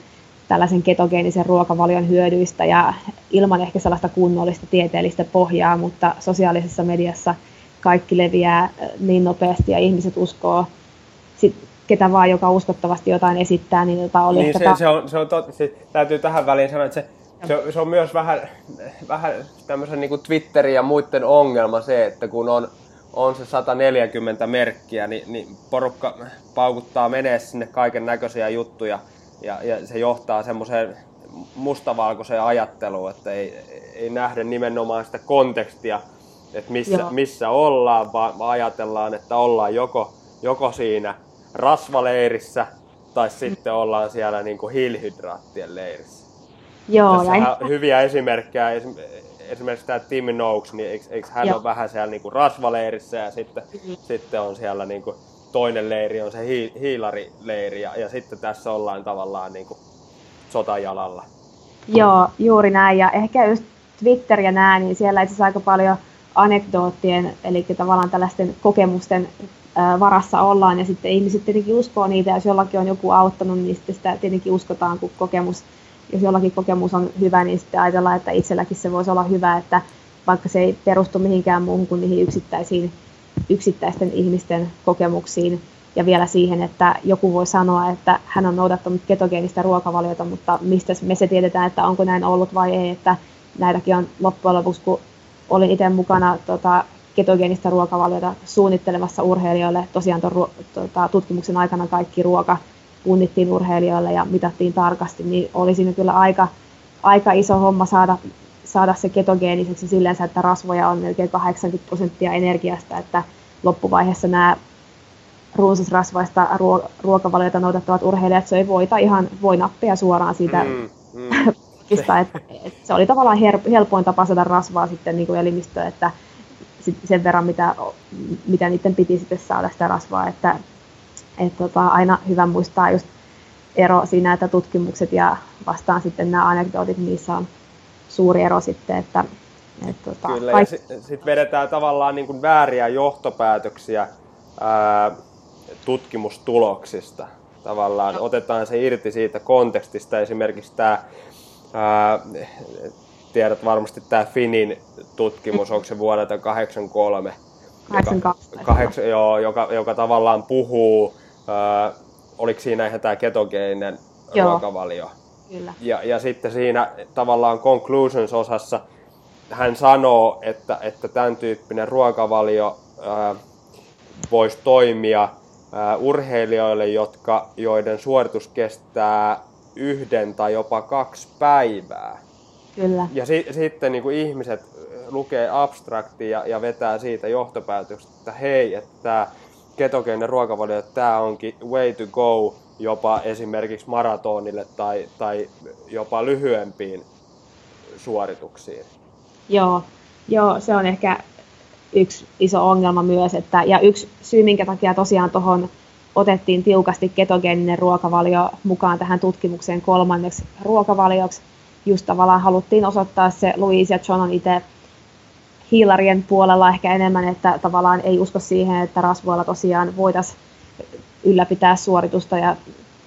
Speaker 2: tällaisen ketogeenisen ruokavalion hyödyistä ja ilman ehkä sellaista kunnollista tieteellistä pohjaa, mutta sosiaalisessa mediassa kaikki leviää niin nopeasti ja ihmiset uskoo, sit, ketä vaan, joka uskottavasti jotain esittää, niin jota oli
Speaker 1: niin
Speaker 2: ehkä...
Speaker 1: Se,
Speaker 2: Ta-
Speaker 1: se on, se on tot, se, täytyy tähän väliin sanoa, että se, se, se on myös vähän, vähän tämmöisen niin kuin Twitterin ja muiden ongelma se, että kun on, on se sata neljäkymmentä merkkiä, niin, niin porukka paukuttaa menee sinne kaiken näköisiä juttuja ja, ja se johtaa semmoiseen mustavalkoiseen ajatteluun, että ei, ei nähdä nimenomaan sitä kontekstia, että missä, missä ollaan, vaan ajatellaan, että ollaan joko, joko siinä rasvaleirissä tai sitten ollaan siellä niin kuin hiilihydraattien leirissä.
Speaker 2: Joo,
Speaker 1: tässä on hyviä esimerkkejä, esimerkiksi tämä Tim Noakes, niin eikö, eikö hän Joo. ole vähän siellä niin kuin rasvaleirissä ja sitten, mm-hmm. sitten on siellä niin kuin toinen leiri on se hi, hiilarileiri ja, ja sitten tässä ollaan tavallaan niin kuin sotajalalla.
Speaker 2: Joo, juuri näin ja ehkä just Twitter ja nää, niin siellä itse asiassa aika paljon anekdoottien, eli tavallaan tällaisten kokemusten ää, varassa ollaan ja sitten ihmiset tietenkin uskoo niitä ja jos jollakin on joku auttanut, niin sitten sitä tietenkin uskotaan, kun kokemus, jos jollakin kokemus on hyvä, niin sitten ajatellaan, että itselläkin se voisi olla hyvä, että vaikka se ei perustu mihinkään muuhun kuin niihin yksittäisiin, yksittäisten ihmisten kokemuksiin ja vielä siihen, että joku voi sanoa, että hän on noudattanut ketogeenistä ruokavaliota, mutta mistä me se tiedetään, että onko näin ollut vai ei, että näitäkin on loppujen lopuksi, kun olin itse mukana tota, ketogeenistä ruokavaliota suunnittelemassa urheilijoille. Tosiaan tuon tota, tutkimuksen aikana kaikki ruoka punnittiin urheilijoille ja mitattiin tarkasti, niin oli siinä kyllä aika, aika iso homma saada, saada se ketogeeniseksi silleen, että rasvoja on melkein kahdeksankymmentä prosenttia energiasta, että loppuvaiheessa nämä runsasrasvaista ruokavaliota noudattavat urheilijat söi voita ihan voinappeja suoraan siitä mm, mm. että, että se oli tavallaan helpoin tapa saada rasvaa sitten niin kuin elimistöön, että sen verran mitä, mitä niiden piti sitten saada sitä rasvaa, että, että tota, aina hyvä muistaa just ero siinä, että tutkimukset ja vastaan sitten nämä anekdootit, niissä on suuri ero sitten, että että tota,
Speaker 1: kyllä, kaik- ja sitten sit vedetään tavallaan niin kuin vääriä johtopäätöksiä ää, tutkimustuloksista. Tavallaan otetaan se irti siitä kontekstista, esimerkiksi tämä, ää, tiedät varmasti tämä Finin tutkimus, onko se vuodelta kahdeksankymmentäkolme,
Speaker 2: kahdeksankymmentäkaksi,
Speaker 1: joka, joo, joka, joka tavallaan puhuu, ää, oliko siinä ihan tämä ketogeeninen joo. ruokavalio.
Speaker 2: Kyllä.
Speaker 1: Ja, ja sitten siinä tavallaan conclusions-osassa hän sanoo, että, että tämän tyyppinen ruokavalio ää, voisi toimia ää, urheilijoille, jotka, joiden suoritus kestää yhden tai jopa kaksi päivää.
Speaker 2: Kyllä.
Speaker 1: Ja si, sitten niin kuin ihmiset lukee abstraktia ja, ja vetää siitä johtopäätöksestä, että hei, että tämä ketogeeninen ruokavalio, tämä onkin way to go jopa esimerkiksi maratonille tai, tai jopa lyhyempiin suorituksiin.
Speaker 2: Joo, joo, se on ehkä yksi iso ongelma myös, että, ja yksi syy, minkä takia tosiaan tuohon otettiin tiukasti ketogeeninen ruokavalio mukaan tähän tutkimukseen kolmanneksi ruokavalioksi, just tavallaan haluttiin osoittaa se, Louise ja John on itse hiilarien puolella ehkä enemmän, että tavallaan ei usko siihen, että rasvoilla tosiaan voitaisiin ylläpitää suoritusta ja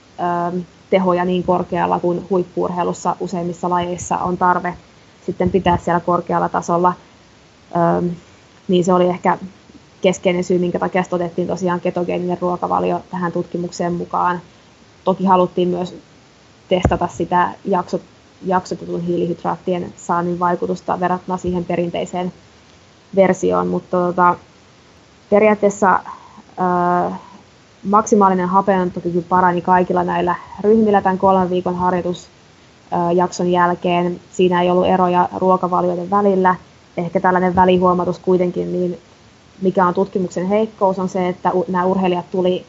Speaker 2: ö, tehoja niin korkealla kuin huippu-urheilussa useimmissa lajeissa on tarve sitten pitää siellä korkealla tasolla, ö, niin se oli ehkä keskeinen syy, minkä takia otettiin tosiaan ketogeeninen ruokavalio tähän tutkimukseen mukaan. Toki haluttiin myös testata sitä jaksot, jaksotetun hiilihydraattien saannin vaikutusta verrattuna siihen perinteiseen versioon, mutta tota, periaatteessa ö, maksimaalinen hapenottokyky parani kaikilla näillä ryhmillä tämän kolmen viikon harjoitusjakson jälkeen. Siinä ei ollut eroja ruokavalioiden välillä. Ehkä tällainen välihuomatus kuitenkin, niin mikä on tutkimuksen heikkous, on se, että nämä urheilijat tuli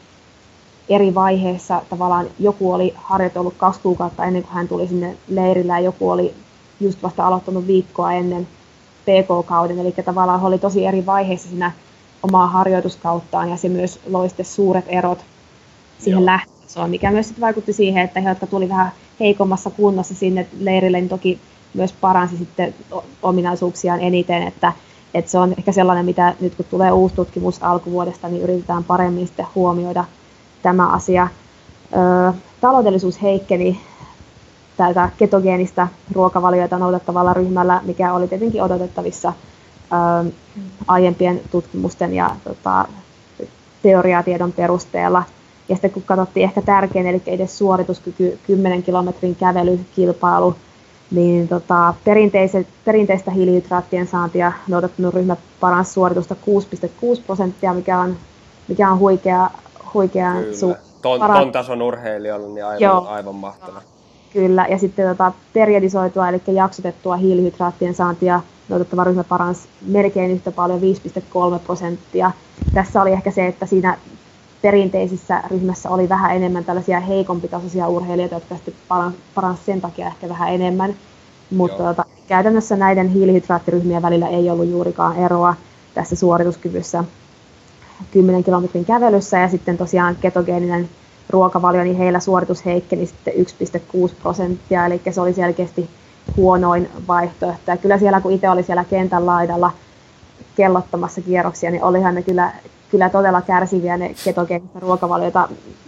Speaker 2: eri vaiheissa. Tavallaan joku oli harjoitellut kaksi kuukautta ennen kuin hän tuli sinne leirille, ja joku oli just vasta aloittanut viikkoa ennen P K-kauden. Eli tavallaan he oli tosi eri vaiheissa siinä omaa harjoituskauttaan, ja se myös loi sitten suuret erot siihen lähtötasoon, mikä myös sitten vaikutti siihen, että he, jotka tuli vähän heikommassa kunnossa sinne leirille, niin toki myös paransi sitten ominaisuuksiaan eniten, että, että se on ehkä sellainen, mitä nyt kun tulee uusi tutkimus alkuvuodesta, niin yritetään paremmin sitten huomioida tämä asia. Ö, taloudellisuus heikkeni tätä ketogeenistä ruokavaliota noudattavalla ryhmällä, mikä oli tietenkin odotettavissa ää, aiempien tutkimusten ja tota, teoriatiedon perusteella. Ja sitten kun katsottiin ehkä tärkein, eli edes suorituskyky, kymmenen kilometrin kävelykilpailu, niin tota, perinteistä hiilihydraattien saantia noudattanut ryhmä paransi suoritusta kuusi pilkku kuusi prosenttia, mikä on, mikä on huikea, huikea
Speaker 1: su- ton, ton tason urheilijoilla niin aivan, aivan mahtava.
Speaker 2: Kyllä, ja sitten tota, periodisoitua, eli jaksotettua hiilihydraattien saantia noudattava ryhmä paransi melkein yhtä paljon, viisi pilkku kolme prosenttia. Tässä oli ehkä se, että siinä perinteisissä ryhmässä oli vähän enemmän tällaisia heikompitasoisia urheilijoita, jotka sitten paransi sen takia ehkä vähän enemmän. Mutta tota, käytännössä näiden hiilihydraattiryhmien välillä ei ollut juurikaan eroa tässä suorituskyvyssä kymmenen kilometrin kävelyssä. Ja sitten tosiaan ketogeeninen ruokavalio, niin heillä suoritus heikkeni sitten yksi pilkku kuusi prosenttia, eli se oli selkeästi huonoin vaihtoehto. Ja kyllä siellä, kun itse oli siellä kentän laidalla kellottamassa kierroksia, niin olihan ne kyllä kyllä todella kärsiviä ne ketogeenistä ruokavaliota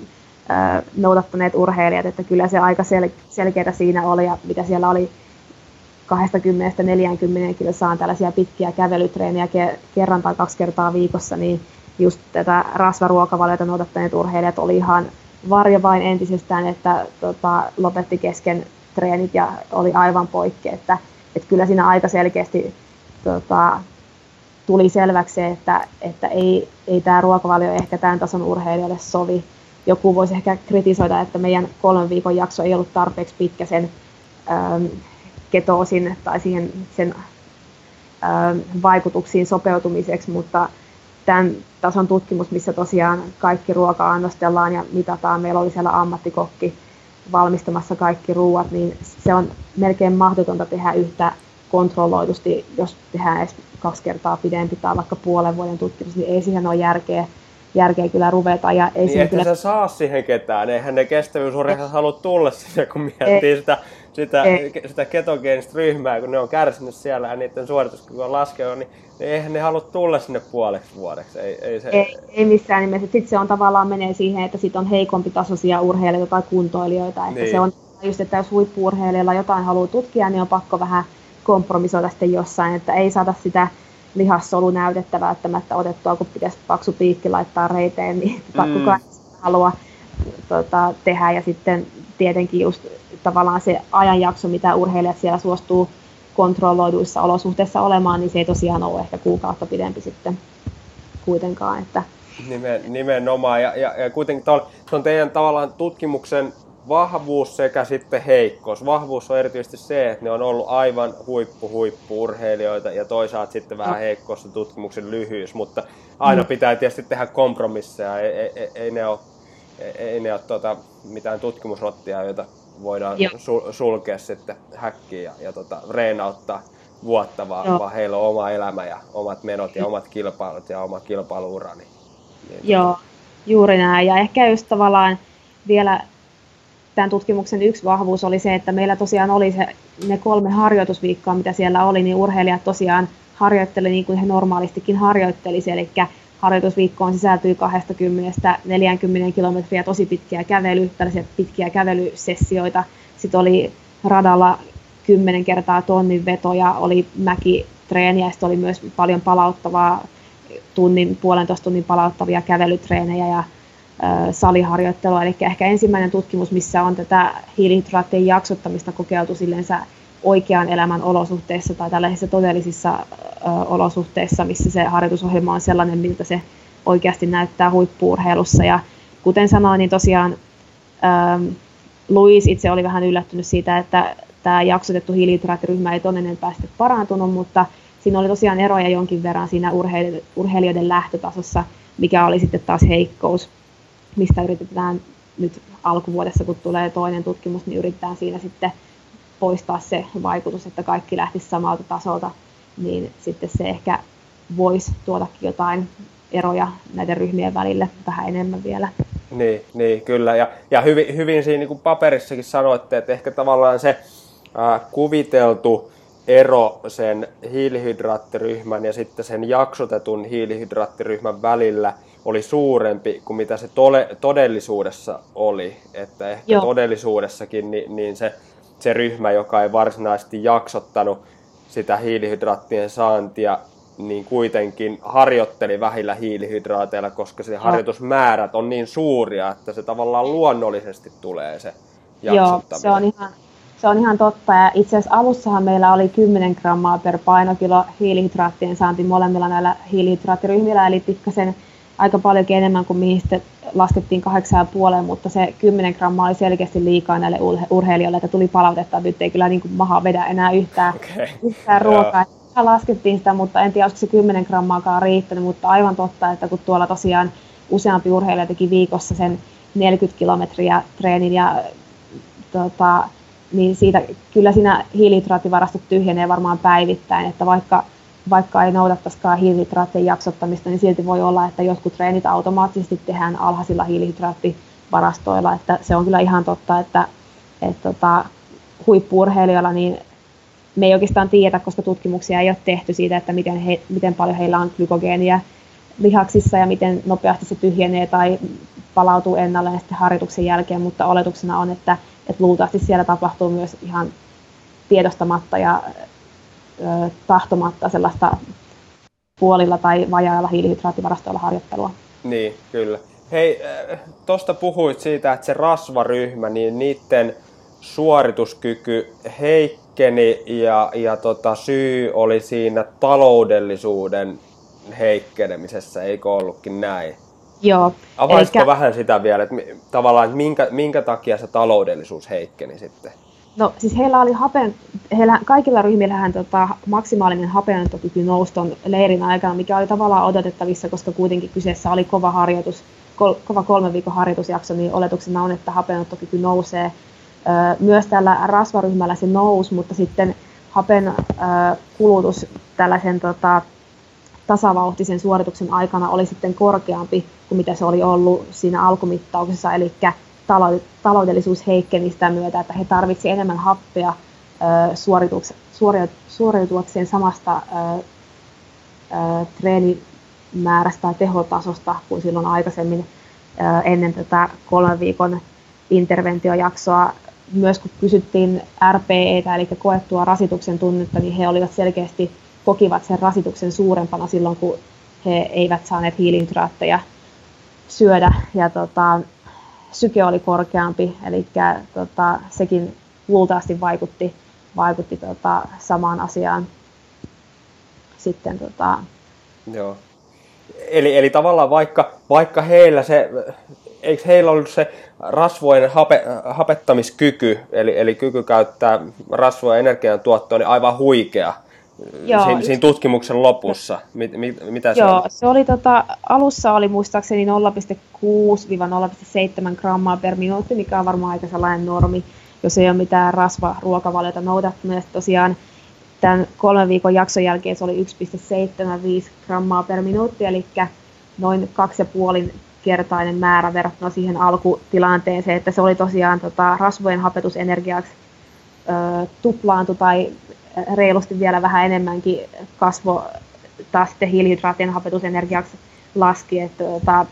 Speaker 2: ää, noudattaneet urheilijat, että kyllä se aika sel- selkeää siinä oli, ja mitä siellä oli kaksikymmentä neljäkymmentä kilsaan tällaisia pitkiä kävelytreenejä ke- kerran tai kaksi kertaa viikossa, niin just tätä rasvaruokavaliota noudattaneet urheilijat oli ihan varjo vain entisestään, että tota, lopetti kesken treenit ja oli aivan poikki, että, että kyllä siinä aika selkeästi tota, tuli selväksi se, että, että ei, ei tämä ruokavalio ehkä tämän tason urheilijalle sovi. Joku voisi ehkä kritisoida, että meidän kolmen viikon jakso ei ollut tarpeeksi pitkä sen ähm, ketoosin tai siihen, sen ähm, vaikutuksiin sopeutumiseksi, mutta tämän tason tutkimus, missä tosiaan kaikki ruoka annostellaan ja mitataan, meillä oli siellä ammattikokki valmistamassa kaikki ruuat, niin se on melkein mahdotonta tehdä yhtä kontrolloidusti, jos tehdään edes kaksi kertaa pidempi tai vaikka puolen vuoden tutkimus, niin ei siihen ole järkeä, järkeä kyllä ruveta. Ja ei
Speaker 1: niin että
Speaker 2: kyllä
Speaker 1: sä saa siihen ketään, eihän ne kestävyysurheilijat halua tulla sinne, kun miettii sitä, sitä, sitä ketogeenistä ryhmää, kun ne on kärsinyt siellä ja niiden suorituskyky on laskenut, niin eihän ne halua tulla sinne puoleksi vuodeksi. Ei, ei, se...
Speaker 2: ei, ei missään nimessä. Sitten se on tavallaan menee siihen, että sit on heikompi tasoisia urheilijoita tai kuntoilijoita. Että niin. Se on just, että jos huippu-urheilijalla jotain haluaa tutkia, niin on pakko vähän kompromisoida sitten jossain, että ei saada sitä lihassolunäytettä välttämättä otettua, kun pitäisi paksu piikki laittaa reiteen, niin mm. kukaan ei halua tota, tehdä. Ja sitten tietenkin just tavallaan se ajanjakso, mitä urheilijat siellä suostuu kontrolloiduissa olosuhteissa olemaan, niin se ei tosiaan ole ehkä kuukautta pidempi sitten kuitenkaan. Että...
Speaker 1: Nimen, nimenomaan, ja, ja, ja kuitenkin se on teidän tavallaan tutkimuksen vahvuus sekä sitten heikkous. Vahvuus on erityisesti se, että ne on ollut aivan huippu-huippu-urheilijoita ja toisaalta sitten vähän heikkous tutkimuksen lyhyys, mutta aina pitää tietysti tehdä kompromisseja. Ei, ei, ei ne ole, ei ne ole tuota, mitään tutkimusrottia, joita voidaan sul, sulkea sitten häkkiin ja, ja tota, reenauttaa vuotta, vaan, vaan heillä on oma elämä ja omat menot ja omat kilpailut ja oma kilpailuura. Niin, niin
Speaker 2: Joo, tota... juuri näin. Ja ehkä just tavallaan vielä tämän tutkimuksen yksi vahvuus oli se, että meillä tosiaan oli se, ne kolme harjoitusviikkoa, mitä siellä oli, niin urheilijat tosiaan harjoitteli niin kuin he normaalistikin harjoittelisi, eli harjoitusviikkoon sisältyi kaksikymmentä neljäkymmentä kilometriä tosi pitkiä kävely, tällaisia pitkiä kävelysessioita. Sitten oli radalla kymmenen kertaa tonnin vetoja, oli mäkitreeniä, sitten oli myös paljon palauttavaa, tunnin, puolentoista tunnin palauttavia kävelytreenejä ja saliharjoittelua, eli ehkä ensimmäinen tutkimus, missä on tätä hiilihydraattien jaksottamista kokeiltu silleensä oikean elämän olosuhteissa tai tällaisissa todellisissa ö, olosuhteissa, missä se harjoitusohjelma on sellainen, miltä se oikeasti näyttää huippu-urheilussa. Ja kuten sanoin, niin tosiaan ö, Louise itse oli vähän yllättynyt siitä, että tämä jaksotettu hiilihydraattiryhmä ei ton enempää sitten parantunut, mutta siinä oli tosiaan eroja jonkin verran siinä urheilijoiden lähtötasossa, mikä oli sitten taas heikkous, mistä yritetään nyt alkuvuodessa, kun tulee toinen tutkimus, niin yritetään siinä sitten poistaa se vaikutus, että kaikki lähtisi samalta tasolta, niin sitten se ehkä voisi tuodakin jotain eroja näiden ryhmien välille vähän enemmän vielä.
Speaker 1: Niin, niin kyllä. Ja, ja hyvin, hyvin siinä niin kuin paperissakin sanoitte, että ehkä tavallaan se äh, kuviteltu ero sen hiilihydraattiryhmän ja sitten sen jaksotetun hiilihydraattiryhmän välillä oli suurempi kuin mitä se tole, todellisuudessa oli. Että ehkä Joo. todellisuudessakin niin, niin se se ryhmä, joka ei varsinaisesti jaksottanut sitä hiilihydraattien saantia, niin kuitenkin harjoitteli vähillä hiilihydraateilla, koska se harjoitusmäärät on niin suuria, että se tavallaan luonnollisesti tulee se jaksottaminen.
Speaker 2: Joo, se on ihan, se on ihan totta. Ja itse asiassa alussahan meillä oli kymmenen grammaa per painokilo hiilihydraattien saanti molemmilla näillä hiilihydraattiryhmillä, eli pikkasen aika paljonkin enemmän kuin mihin sitten laskettiin kahdeksan ja puoleen, mutta se kymmenen grammaa oli selkeästi liikaa näille urheilijoille, että tuli palautetta, että nyt ei kyllä niin kuin maha vedä enää yhtään, okay. yhtään ruokaa. Laskettiin sitä, mutta en tiedä, olisiko se kymmenen grammaakaan riittänyt, mutta aivan totta, että kun tuolla tosiaan useampi urheilija teki viikossa sen neljäkymmentä kilometriä treenin, ja, tota, niin siitä kyllä siinä hiilihydraattivarastot tyhjenee varmaan päivittäin, että vaikka, vaikka ei noudattaisikaan hiilihydraattien jaksottamista, niin silti voi olla, että jotkut treenit automaattisesti tehdään alhaisilla hiilihydraattivarastoilla, että se on kyllä ihan totta, että, että tota, huippu-urheilijoilla niin me ei oikeastaan tiedä, koska tutkimuksia ei ole tehty siitä, että miten, he, miten paljon heillä on glykogeenia lihaksissa ja miten nopeasti se tyhjenee tai palautuu ennalleen sitten harjoituksen jälkeen, mutta oletuksena on, että, että luultavasti siellä tapahtuu myös ihan tiedostamatta ja ö, tahtomatta sellaista puolilla tai vajailla hiilihydraattivarastoilla harjoittelua.
Speaker 1: Niin, kyllä. Hei, tuosta puhuit siitä, että se rasvaryhmä, niin niiden suorituskyky heikkeni ja, ja tota, syy oli siinä taloudellisuuden heikkenemisessä, eikö ollutkin näin?
Speaker 2: Joo.
Speaker 1: Avaisitko eikä... vähän sitä vielä, että tavallaan että minkä, minkä takia se taloudellisuus heikkeni sitten?
Speaker 2: No siis heillä oli hapen, heillä, kaikilla ryhmillähän tota, maksimaalinen hapenottokyky nousi ton leirin aikana, mikä oli tavallaan odotettavissa, koska kuitenkin kyseessä oli kova harjoitus, kol, kova kolmen viikon harjoitusjakso, niin oletuksena on, että hapenottokyky nousee. Myös tällä rasvaryhmällä se nousi, mutta sitten hapen kulutus tällaisen tota, tasavauhtisen suorituksen aikana oli sitten korkeampi kuin mitä se oli ollut siinä alkumittauksessa, eli taloudellisuus heikkeni sitä myötä, että he tarvitsivat enemmän happea suoriutuakseen samasta treenimäärästä tai tehotasosta kuin silloin aikaisemmin ennen tätä kolmen viikon interventiojaksoa. Myös kun kysyttiin R P E:tä, eli koettua rasituksen tunnetta, niin he olivat selkeästi, kokivat sen rasituksen suurempana silloin, kun he eivät saaneet hiilihydraatteja syödä. Ja tota, syke oli korkeampi, eli tota, sekin luultavasti vaikutti, vaikutti tota, samaan asiaan. Sitten, tota...
Speaker 1: Joo. Eli, eli tavallaan vaikka, vaikka heillä se... Eikö heillä ollut se rasvojen hape, hapettamiskyky, eli, eli kyky käyttää rasvoja energiantuottoon, niin aivan huikea Joo, siinä, siinä tutkimuksen lopussa? Mit, mit, mitä se
Speaker 2: Joo,
Speaker 1: oli?
Speaker 2: se oli tota, alussa oli muistaakseni nolla pilkku kuusi nolla pilkku seitsemän grammaa per minuutti, mikä on varmaan aika sellainen normi, jos ei ole mitään rasvaruokavaliota noudattanut. Ja tosiaan tämän kolmen viikon jakson jälkeen se oli yksi pilkku seitsemänkymmentäviisi grammaa per minuutti, eli noin kaksi pilkku viisi kertainen määrä verrattuna siihen alkutilanteeseen, että se oli tosiaan tota, rasvojen hapetusenergiaksi ö, tuplaantui tai reilusti vielä vähän enemmänkin kasvo taas sitten hiilihydraattien hapetusenergiaksi laski. Että, tota,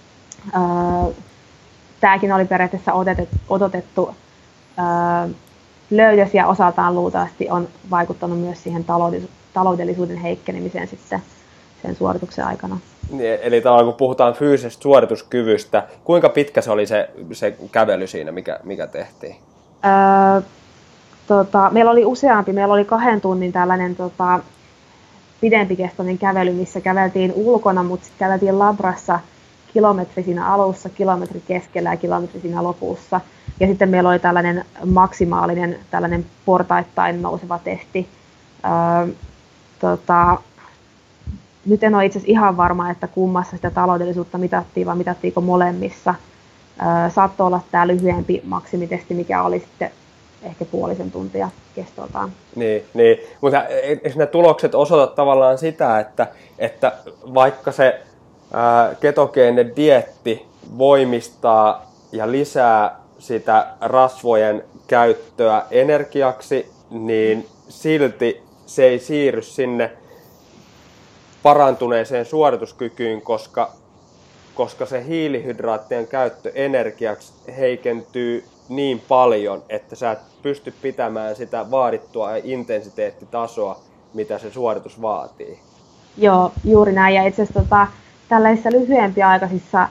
Speaker 2: ö, tämäkin oli periaatteessa odotettu, odotettu ö, löydös ja osaltaan luultavasti on vaikuttanut myös siihen taloudellisuuden heikkenemiseen sitten sen suorituksen aikana.
Speaker 1: Eli tavallaan kun puhutaan fyysisestä suorituskyvystä, kuinka pitkä se oli se, se kävely siinä, mikä, mikä tehtiin?
Speaker 2: Öö, tota, meillä oli useampi. Meillä oli kahden tunnin tällainen tota, pidempikestoinen kävely, missä käveltiin ulkona, mutta sitten käveltiin labrassa kilometri siinä alussa, kilometri keskellä ja kilometri siinä lopussa. Ja sitten meillä oli tällainen maksimaalinen, tällainen portaittain nouseva tehti. Öö, tota, Nyt en ole itse asiassa ihan varma, että kummassa sitä taloudellisuutta mitattiin, vai mitattiinko molemmissa. Saattoi olla tämä lyhyempi maksimitesti, mikä oli sitten ehkä puolisen tuntia kestoltaan.
Speaker 1: Niin, niin. Mutta ne tulokset osoittavat tavallaan sitä, että, että vaikka se ää, ketogeeninen dieetti voimistaa ja lisää sitä rasvojen käyttöä energiaksi, niin silti se ei siirry sinne parantuneeseen suorituskykyyn, koska koska se hiilihydraattien käyttö energiaksi heikentyy niin paljon, että sä et pysty pitämään sitä vaadittua intensiteettitasoa, mitä se suoritus vaatii.
Speaker 2: Joo, juuri näin. Ja itse asiassa tota, tällaisissa lyhyempiaikaisissa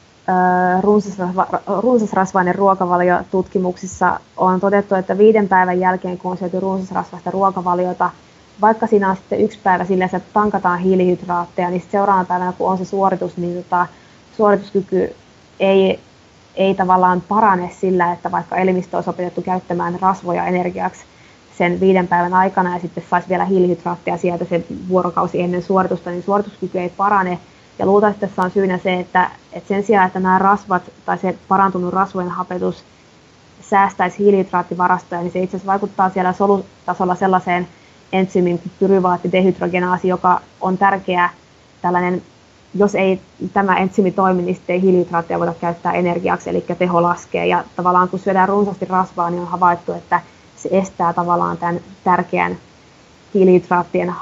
Speaker 2: runsasrasvainen ruokavaliotutkimuksissa on todettu, että viiden päivän jälkeen, kun on syöty runsasrasvaista ruokavaliota, vaikka siinä on sitten yksi päivä sillä, että tankataan hiilihydraatteja, niin seuraavana päivänä, kun on se suoritus, niin tota, suorituskyky ei, ei tavallaan parane sillä, että vaikka elimistö olisi opetettu käyttämään rasvoja energiaksi sen viiden päivän aikana ja sitten saisi vielä hiilihydraatteja sieltä sen vuorokausi ennen suoritusta, niin suorituskyky ei parane. Ja luultavasti tässä on syynä se, että, että sen sijaan, että nämä rasvat tai se parantunut rasvojen hapetus säästäisi hiilihydraattivarastoja, niin se itse asiassa vaikuttaa siellä solutasolla sellaiseen entsyymiin kuin pyruvaattidehydrogenaasi, joka on tärkeä tällainen, jos ei tämä entsyymi toimi, niin sitten ei hiilihydraatteja voida käyttää energiaksi, eli teho laskee. Ja tavallaan kun syödään runsaasti rasvaa, niin on havaittu, että se estää tavallaan tämän tärkeän hiilihydraattien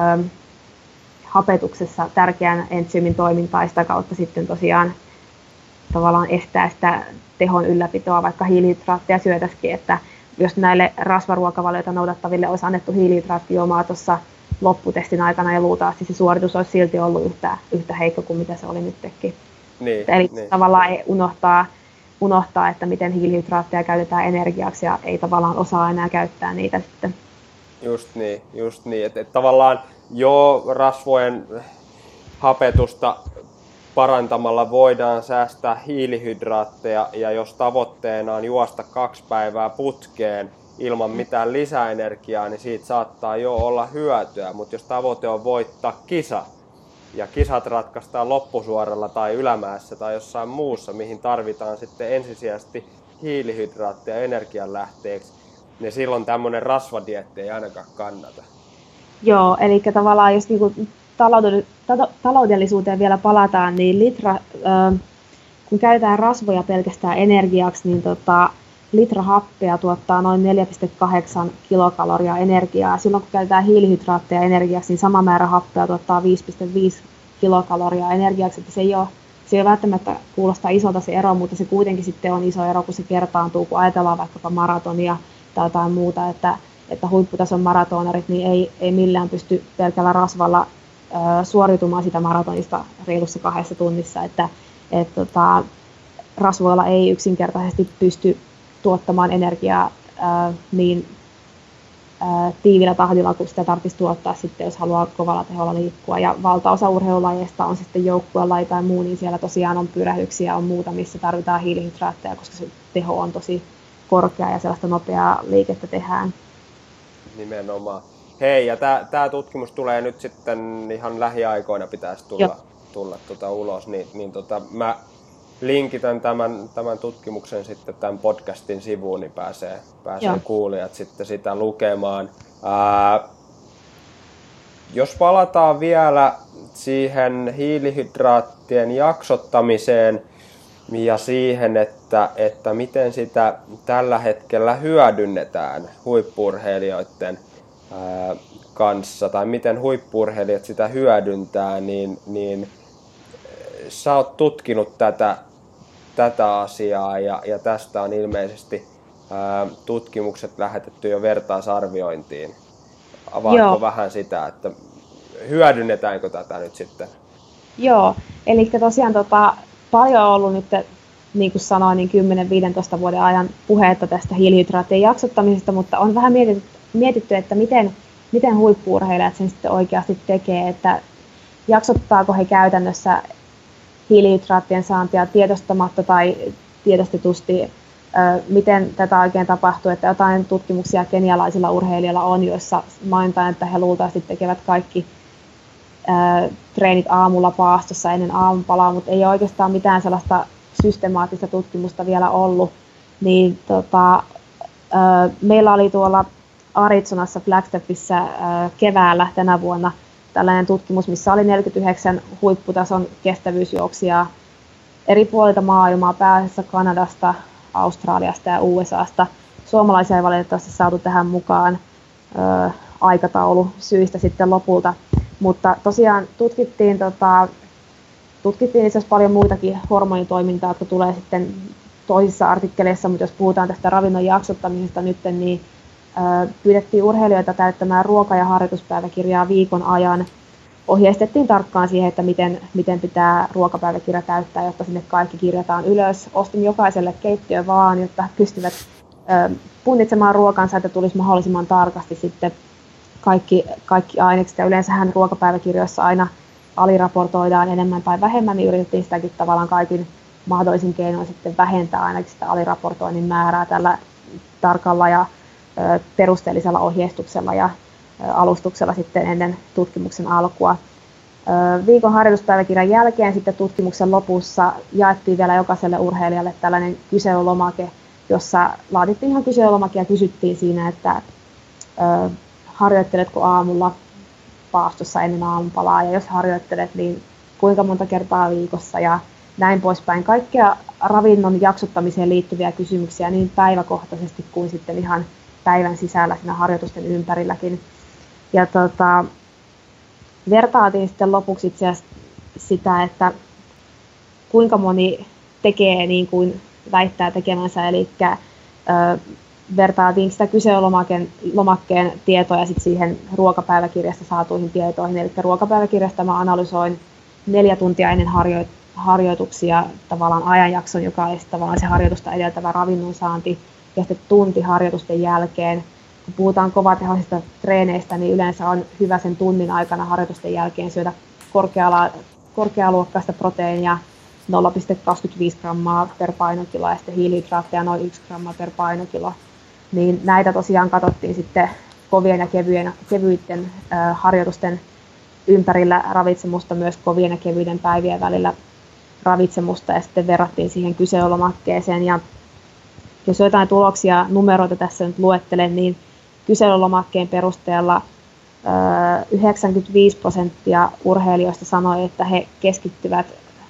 Speaker 2: hapetuksessa tärkeän entsyymin toimintaa ja sitä kautta sitten tosiaan tavallaan estää sitä tehon ylläpitoa, vaikka hiilihydraatteja syötäisikin, että jos näille rasvaruokavaliota noudattaville olisi annettu hiilihydraattijuomaa tuossa lopputestin aikana ja luultavasti se suoritus olisi silti ollut yhtä, yhtä heikko kuin mitä se oli nytkin.
Speaker 1: Niin,
Speaker 2: Eli
Speaker 1: niin.
Speaker 2: tavallaan ei unohtaa, unohtaa, että miten hiilihydraatteja käytetään energiaksi ja ei tavallaan osaa enää käyttää niitä sitten.
Speaker 1: Just niin, just niin. Että et tavallaan jo rasvojen hapetusta parantamalla voidaan säästää hiilihydraatteja, ja jos tavoitteena on juosta kaksi päivää putkeen ilman mitään lisäenergiaa, niin siitä saattaa jo olla hyötyä. Mutta jos tavoite on voittaa kisa, ja kisat ratkaistaan loppusuoralla tai ylämäessä tai jossain muussa, mihin tarvitaan sitten ensisijaisesti hiilihydraatteja energianlähteeksi, niin silloin tämmöinen rasvadieetti ei ainakaan kannata.
Speaker 2: Joo, eli tavallaan jos niinku taloudellisuuteen vielä palataan, niin litra, äh, kun käytetään rasvoja pelkästään energiaksi, niin tota, litra happea tuottaa noin neljä pilkku kahdeksan kilokaloria energiaa. Silloin kun käytetään hiilihydraatteja energiaksi, niin sama määrä happea tuottaa viisi pilkku viisi kilokaloria energiaksi. Että se ei ole, se ei ole välttämättä kuulostaa isolta se ero, mutta se kuitenkin sitten on iso ero, kun se kertaantuu, kun ajatellaan vaikkapa maratonia tai jotain muuta, että, että huipputason maratonarit niin ei, ei millään pysty pelkällä rasvalla ö, suoriutumaan sitä maratonista reilussa kahdessa tunnissa, että et, tota, rasvoilla ei yksinkertaisesti pysty tuottamaan energiaa ö, niin ö, tiivillä tahdilla, kun sitä tarvitsisi tuottaa sitten, jos haluaa kovalla teholla liikkua. Ja valtaosa urheilulajeista on sitten joukkuelaji tai muu, niin siellä tosiaan on pyrähyksiä, on muuta, missä tarvitaan hiilihydraatteja, koska se teho on tosi korkea ja sellaista nopeaa liikettä tehdään.
Speaker 1: Nimenomaan. Hei, ja tämä tutkimus tulee nyt sitten ihan lähiaikoina pitäisi tulla, tulla tuota ulos, niin, niin tota, mä linkitän tämän, tämän tutkimuksen sitten tämän podcastin sivuun, niin pääsee, pääsee kuulijat sitten sitä lukemaan. Ää, jos palataan vielä siihen hiilihydraattien jaksottamiseen ja siihen, että, että miten sitä tällä hetkellä hyödynnetään huippu-urheilijoiden ää, kanssa, tai miten huippu-urheilijat sitä hyödyntää, niin, niin sä oot tutkinut tätä, tätä asiaa, ja, ja tästä on ilmeisesti ää, tutkimukset lähetetty jo vertaisarviointiin. Avaatko Joo. vähän sitä, että hyödynnetäänkö tätä nyt sitten?
Speaker 2: Joo, eli tosiaan tota, paljon on ollut nyt, niin kuin sanoin, niin kymmenen viisitoista vuoden ajan puhetta tästä hiilihydraattien jaksottamisesta, mutta on vähän mietitty, mietitty että miten, miten huippu-urheilijat sen sitten oikeasti tekee, että jaksottaako he käytännössä hiilihydraattien saantia tiedostamatta tai tiedostetusti, miten tätä oikein tapahtuu, että jotain tutkimuksia kenialaisilla urheilijoilla on, joissa mainitaan, että he luultavasti tekevät kaikki treenit aamulla paastossa ennen aamupalaa, mutta ei ole oikeastaan mitään sellaista systemaattista tutkimusta vielä ollut. Niin, tota, meillä oli tuolla Arizonassa Flagstaffissa keväällä tänä vuonna tällainen tutkimus, missä oli neljäkymmentäyhdeksän huipputason kestävyysjuoksijaa eri puolilta maailmaa, pääasiassa Kanadasta, Australiasta ja U S A:sta. Suomalaisia ei valitettavasti saatu tähän mukaan ö, aikataulu syistä sitten lopulta. Mutta tosiaan tutkittiin tota, tutkittiin itse asiassa paljon muitakin hormonitoimintaa, jotka tulee sitten toisissa artikkeleissa, mutta jos puhutaan tästä ravinnon jaksottamisesta nyt, niin pyydettiin urheilijoita täyttämään ruoka- ja harjoituspäiväkirjaa viikon ajan. Ohjeistettiin tarkkaan siihen, että miten, miten pitää ruokapäiväkirja täyttää, jotta sinne kaikki kirjataan ylös. Ostin jokaiselle keittiö vaan, jotta pystyvät punnitsemaan ruokansa, että tulisi mahdollisimman tarkasti sitten kaikki, kaikki ainekset. Ja yleensähän ruokapäiväkirjoissa aina aliraportoidaan enemmän tai vähemmän, niin yritettiin sitäkin tavallaan kaikin mahdollisin keinoin sitten vähentää ainakin sitä aliraportoinnin määrää tällä tarkalla ja perusteellisella ohjeistuksella ja alustuksella sitten ennen tutkimuksen alkua. Viikon harjoituspäiväkirjan jälkeen sitten tutkimuksen lopussa jaettiin vielä jokaiselle urheilijalle tällainen kyselylomake, jossa laadittiin ihan kyselylomake ja kysyttiin siinä, että harjoitteletko aamulla paastossa ennen aamupalaa ja jos harjoittelet, niin kuinka monta kertaa viikossa ja näin poispäin. Kaikkea ravinnon jaksottamiseen liittyviä kysymyksiä niin päiväkohtaisesti kuin sitten ihan päivän sisällä siinä harjoitusten ympärilläkin. Ja tota, vertaatiin sitten lopuksi itse asiassa sitä, että kuinka moni tekee niin kuin väittää tekemänsä, eli ö, vertaatiin sitä kyselylomakkeen lomakkeen tietoja sit siihen ruokapäiväkirjasta saatuihin tietoihin. Eli ruokapäiväkirjasta mä analysoin neljä tuntia ennen harjo- harjoituksia tavallaan ajanjakson, joka on tavallaan se harjoitusta edeltävä ravinnon saanti, ja sitten tunti harjoitusten jälkeen. Kun puhutaan kovatehoisista treeneistä, niin yleensä on hyvä sen tunnin aikana harjoitusten jälkeen syödä korkeala- korkealuokkaista proteiinia nolla pilkku kaksikymmentäviisi grammaa per painokilo ja sitten hiilihydraatteja noin yksi gramma per painokilo. Niin näitä tosiaan katsottiin sitten kovien ja kevyen, kevyiden äh, harjoitusten ympärillä ravitsemusta, myös kovien ja kevyiden päivien välillä ravitsemusta ja sitten verrattiin siihen kyselylomakkeeseen. Ja jos jotain tuloksia, numeroita tässä nyt luettelen, niin kyselylomakkeen perusteella yhdeksänkymmentäviisi prosenttia urheilijoista sanoi, että he keskittyvät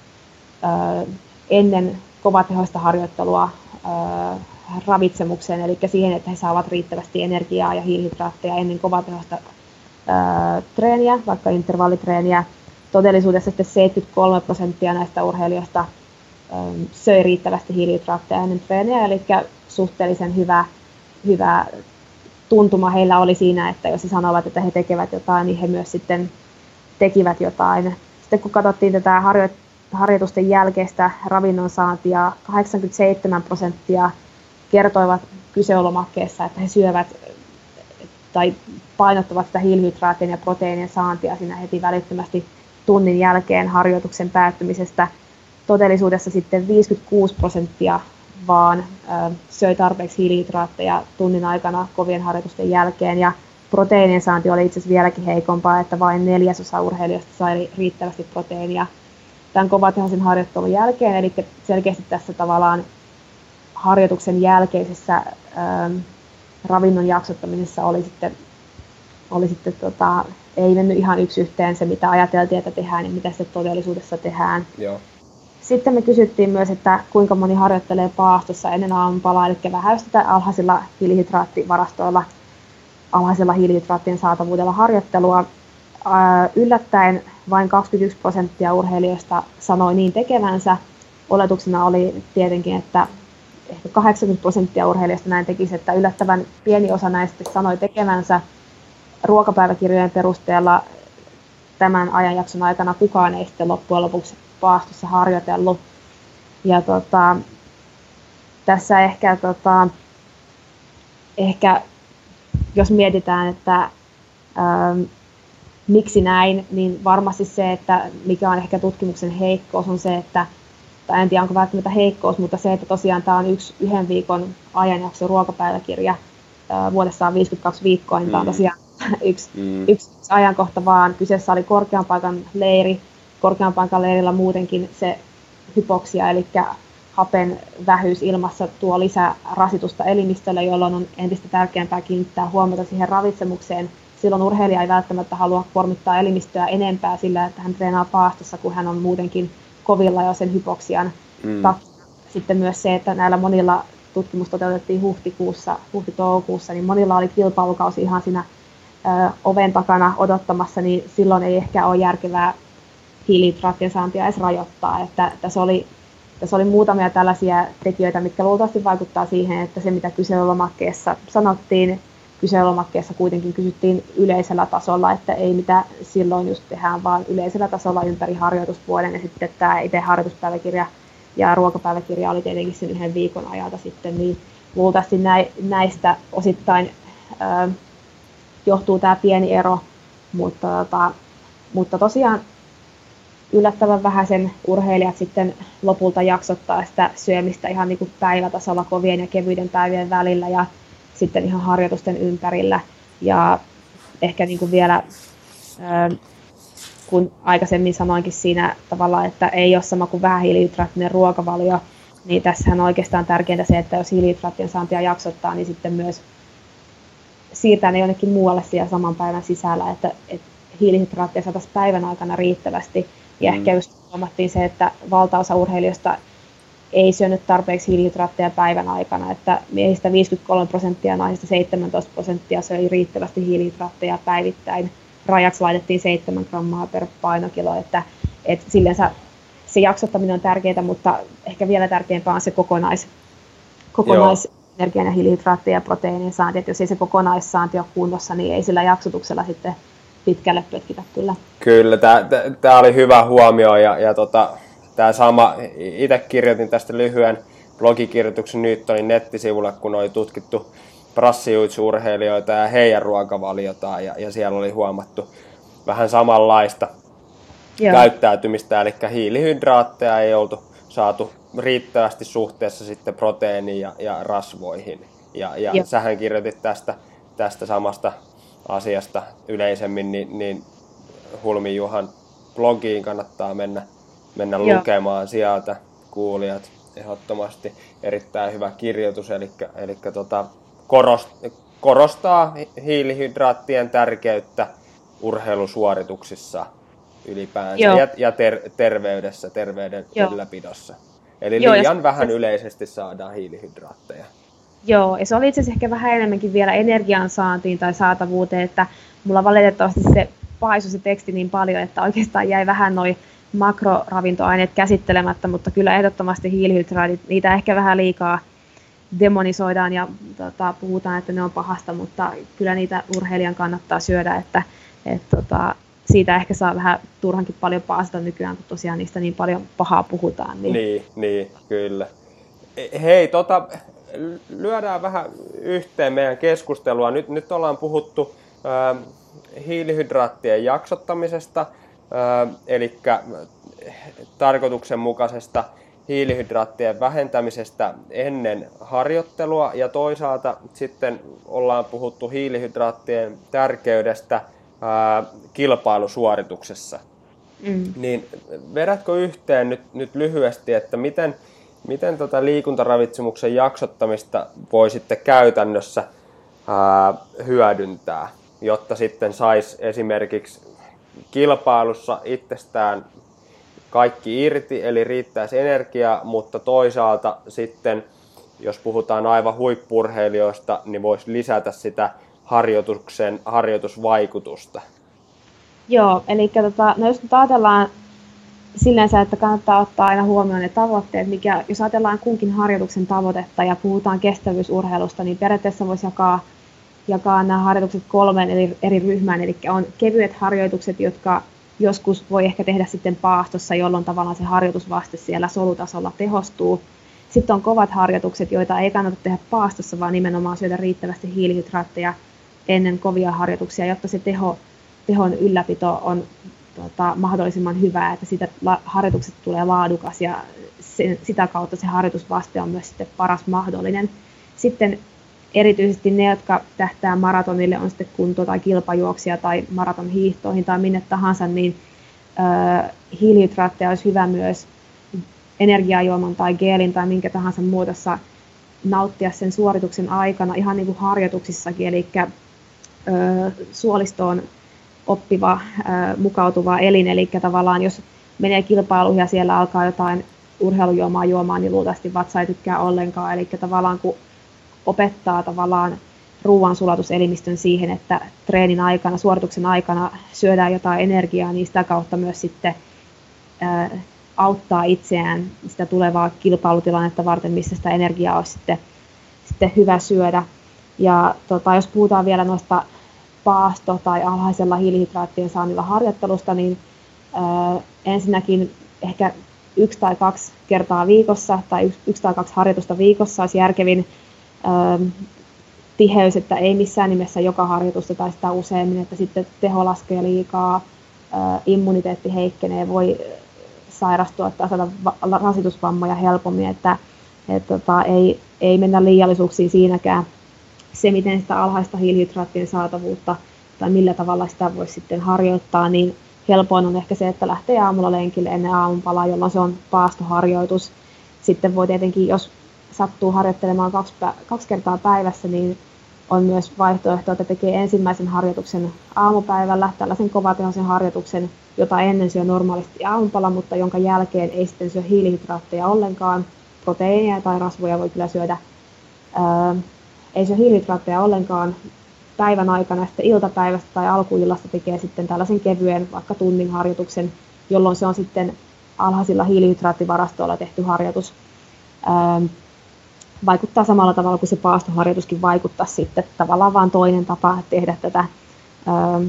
Speaker 2: ennen kovatehoista harjoittelua ravitsemukseen, eli siihen, että he saavat riittävästi energiaa ja hiilihydraatteja ennen kovatehoista treeniä, vaikka intervallitreeniä. Todellisuudessa sitten seitsemänkymmentäkolme prosenttia näistä urheilijoista söi riittävästi hiilihydraatteja ennen treeniä, eli suhteellisen hyvä, hyvä tuntuma heillä oli siinä, että jos he sanovat, että he tekevät jotain, niin he myös sitten tekivät jotain. Sitten kun katsottiin tätä harjoitusten jälkeistä ravinnonsaantia, kahdeksankymmentäseitsemän prosenttia kertoivat kyselylomakkeessa, että he syövät tai painottavat sitä hiilihydraattien ja proteiinien saantia siinä heti välittömästi tunnin jälkeen harjoituksen päättymisestä. Todellisuudessa sitten viisikymmentäkuusi prosenttia vaan ö, söi tarpeeksi hiilihydraatteja tunnin aikana kovien harjoitusten jälkeen, ja proteiinien saanti oli itse asiassa vieläkin heikompaa, että vain neljäsosa urheilijoista sai riittävästi proteiinia tämän kovatehoisen harjoittelun jälkeen, eli selkeästi tässä tavallaan harjoituksen jälkeisessä ö, ravinnon jaksottamisessa oli sitten, oli sitten tota, ei mennyt ihan yksi yhteen se, mitä ajateltiin, että tehdään ja mitä sitten todellisuudessa tehdään.
Speaker 1: Joo.
Speaker 2: Sitten me kysyttiin myös, että kuinka moni harjoittelee paastossa ennen aamupalaa, eli vähäistä alhaisilla hiilihydraattivarastoilla, alhaisella hiilihydraattien saatavuudella harjoittelua. Yllättäen vain kaksikymmentäyksi prosenttia urheilijoista sanoi niin tekevänsä. Oletuksena oli tietenkin, että ehkä kahdeksankymmentä prosenttia urheilijoista näin tekisi, että yllättävän pieni osa näistä sanoi tekevänsä. Ruokapäiväkirjojen perusteella tämän ajanjakson aikana kukaan ei sitten loppujen lopuksi paastossa harjoitellut. Ja tota, tässä ehkä, tota, ehkä jos mietitään, että ähm, miksi näin, niin varmasti se, että mikä on ehkä tutkimuksen heikkous, on se, että, tai en tiedä onko välttämättä heikkous, mutta se, että tosiaan tämä on yksi yhden viikon ajanjakso ruokapäiväkirja, äh, vuodessa on viisikymmentäkaksi viikkoa, niin mm. tämä on tosiaan yksi, mm. yksi ajankohta vaan. Kyseessä oli korkean paikan leiri. Korkean paikan leirillä muutenkin se hypoksia, eli hapen vähyys ilmassa tuo lisää rasitusta elimistölle, jolloin on entistä tärkeämpää kiinnittää huomiota siihen ravitsemukseen. Silloin urheilija ei välttämättä halua kuormittaa elimistöä enempää sillä, että hän treenaa paastossa, kun hän on muutenkin kovilla jo sen hypoksian mm. takia. Sitten myös se, että näillä monilla tutkimus toteutettiin huhtikuussa, huhti-toukokuussa, niin monilla oli kilpailukausi ihan siinä ö, oven takana odottamassa, niin silloin ei ehkä ole järkevää hiilihydraattien saantia edes rajoittaa. Että tässä, oli, tässä oli muutamia tällaisia tekijöitä, mitkä luultavasti vaikuttaa siihen, että se mitä kyselylomakkeessa sanottiin, kyselylomakkeessa kuitenkin kysyttiin yleisellä tasolla, että ei mitä silloin just tehdään, vaan yleisellä tasolla ympäri harjoitusvuoden. Ja sitten tämä itse harjoituspäiväkirja ja ruokapäiväkirja oli tietenkin sen yhden viikon ajalta sitten, niin luultavasti näistä osittain ö, johtuu tämä pieni ero, mutta, tota, mutta tosiaan yllättävän vähäisen urheilijat sitten lopulta jaksottaa sitä syömistä ihan niin kuin päivätasolla kovien ja kevyiden päivien välillä ja sitten ihan harjoitusten ympärillä. Ja ehkä niin kuin vielä, ö, kun aikaisemmin sanoinkin siinä tavalla, että ei ole sama kuin vähän hiilihydraattinen ruokavalio, niin tässähän on oikeastaan tärkeintä se, että jos hiilihydraattien saantia jaksottaa, niin sitten myös siirtää ne jonnekin muualle siellä saman päivän sisällä, että, että hiilihydraatteja saataisiin päivän aikana riittävästi. Ja mm. ehkä just huomattiin se, että valtaosa urheilijoista ei syönyt tarpeeksi hiilihydraatteja päivän aikana, että miehistä viisikymmentäkolme prosenttia ja naisista seitsemäntoista prosenttia söi riittävästi hiilihydraatteja päivittäin. Rajaksi laitettiin seitsemän grammaa per painokilo, että, että sillensä se jaksottaminen on tärkeää, mutta ehkä vielä tärkeämpää on se kokonais, kokonaisenergian ja hiilihydraattien ja proteiinien saanti. Että jos ei se kokonaissaanti ole kunnossa, niin ei sillä jaksotuksella sitten pitkälle pötkitä kyllä.
Speaker 1: Kyllä, tämä oli hyvä huomio ja, ja tota, tämä sama, itse kirjoitin tästä lyhyen blogikirjoituksen Newtonin nettisivulle, kun oli tutkittu brassijuitsu-urheilijoita ja heidän ruokavaliotaan ja, ja siellä oli huomattu vähän samanlaista Joo. käyttäytymistä, eli hiilihydraatteja ei oltu saatu riittävästi suhteessa sitten proteiiniin ja, ja rasvoihin. Ja, ja sähän kirjoitit tästä, tästä samasta asiasta yleisemmin, niin, niin Hulmi Juhan blogiin kannattaa mennä, mennä lukemaan sieltä, kuulijat ehdottomasti. Erittäin hyvä kirjoitus, eli, eli tota, korost, korostaa hiilihydraattien tärkeyttä urheilusuorituksissa ylipäänsä Joo. ja, ja ter, terveydessä, terveyden Joo. ylläpidossa. Eli Joo, liian vähän yleisesti saadaan hiilihydraatteja.
Speaker 2: Joo, ja se oli itse asiassa ehkä vähän enemmänkin vielä energiansaantiin tai saatavuuteen, että mulla valitettavasti se paisui se teksti niin paljon, että oikeastaan jäi vähän noi makroravintoaineet käsittelemättä, mutta kyllä ehdottomasti hiilihydraatit, niitä ehkä vähän liikaa demonisoidaan ja tota, puhutaan, että ne on pahasta, mutta kyllä niitä urheilijan kannattaa syödä, että et, tota, siitä ehkä saa vähän turhankin paljon paasata nykyään, kun tosiaan niistä niin paljon pahaa puhutaan.
Speaker 1: Niin, niin, niin kyllä. Hei, tota, lyödään vähän yhteen meidän keskustelua. Nyt, nyt ollaan puhuttu äh, hiilihydraattien jaksottamisesta, äh, eli tarkoituksenmukaisesta hiilihydraattien vähentämisestä ennen harjoittelua ja toisaalta sitten ollaan puhuttu hiilihydraattien tärkeydestä ää, kilpailusuorituksessa. Mm. Niin vedätkö yhteen nyt, nyt lyhyesti, että miten, miten tota liikuntaravitsemuksen jaksottamista voi sitten käytännössä ää, hyödyntää, jotta sitten saisi esimerkiksi kilpailussa itsestään kaikki irti, eli riittäisi energiaa, mutta toisaalta sitten, jos puhutaan aivan huippu-urheilijoista, niin voisi lisätä sitä harjoituksen harjoitusvaikutusta.
Speaker 2: Joo, eli tota, no jos nyt ajatellaan silleen, että kannattaa ottaa aina huomioon ne tavoitteet, mikä, jos ajatellaan kunkin harjoituksen tavoitetta ja puhutaan kestävyysurheilusta, niin periaatteessa voisi jakaa, jakaa nämä harjoitukset kolmeen eri, eri ryhmään, eli on kevyet harjoitukset, jotka joskus voi ehkä tehdä sitten paastossa, jolloin tavallaan se harjoitusvaste siellä solutasolla tehostuu. Sitten on kovat harjoitukset, joita ei kannata tehdä paastossa, vaan nimenomaan syödä riittävästi hiilihydraatteja ennen kovia harjoituksia, jotta se teho, tehon ylläpito on tota, mahdollisimman hyvää, että siitä harjoitukset tulee laadukas ja sen, sitä kautta se harjoitusvaste on myös sitten paras mahdollinen. Sitten erityisesti ne, jotka tähtää maratonille, on sitten kunto- tai kilpajuoksia tai maratonhiihtoihin tai minne tahansa, niin ö, hiilihydraatteja olisi hyvä myös energiajuoman tai geelin tai minkä tahansa muodossa nauttia sen suorituksen aikana ihan niin kuin harjoituksissakin, eli ö, suolistoon oppiva, ö, mukautuva elin, eli tavallaan jos menee kilpailuihin ja siellä alkaa jotain urheilujuomaa juomaan, niin luultavasti vatsa ei tykkää ollenkaan, eli tavallaan kun opettaa tavallaan ruoansulatuselimistön siihen, että treenin aikana, suorituksen aikana syödään jotain energiaa, niin sitä kautta myös sitten ää, auttaa itseään sitä tulevaa kilpailutilannetta varten, missä sitä energiaa olisi sitten, sitten hyvä syödä. Ja tota, jos puhutaan vielä noista paasto- tai alhaisella hiilihydraattien saannilla harjoittelusta, niin ää, ensinnäkin ehkä yksi tai kaksi kertaa viikossa tai yksi, yksi tai kaksi harjoitusta viikossa olisi järkevin ää, tiheys, että ei missään nimessä joka harjoitusta tai sitä useammin, että sitten teho laskee liikaa, ää, immuniteetti heikkenee, voi sairastua tai saada rasitusvammoja helpommin, että et, tota, ei, ei mennä liiallisuuksiin siinäkään. Se, miten sitä alhaista hiilihydraattien saatavuutta tai millä tavalla sitä voisi sitten harjoittaa, niin helpoin on ehkä se, että lähtee aamulla lenkille ennen aamunpalaa, jolloin se on paastoharjoitus. Sitten voi tietenkin, jos sattuu harjoittelemaan kaksi, kaksi kertaa päivässä, niin on myös vaihtoehto, että tekee ensimmäisen harjoituksen aamupäivällä, tällaisen kovatehoisen harjoituksen, jota ennen syö normaalisti aamupala, mutta jonka jälkeen ei sitten syö hiilihydraatteja ollenkaan. Proteiineja tai rasvoja voi kyllä syödä. Ää, ei syö hiilihydraatteja ollenkaan päivän aikana, sitten iltapäivästä tai alkuillasta tekee sitten tällaisen kevyen, vaikka tunnin harjoituksen, jolloin se on sitten alhaisilla hiilihydraattivarastoilla tehty harjoitus. Ää, vaikuttaa samalla tavalla kuin se paastoharjoituskin vaikuttaa sitten, tavallaan vaan toinen tapa tehdä tätä, ää,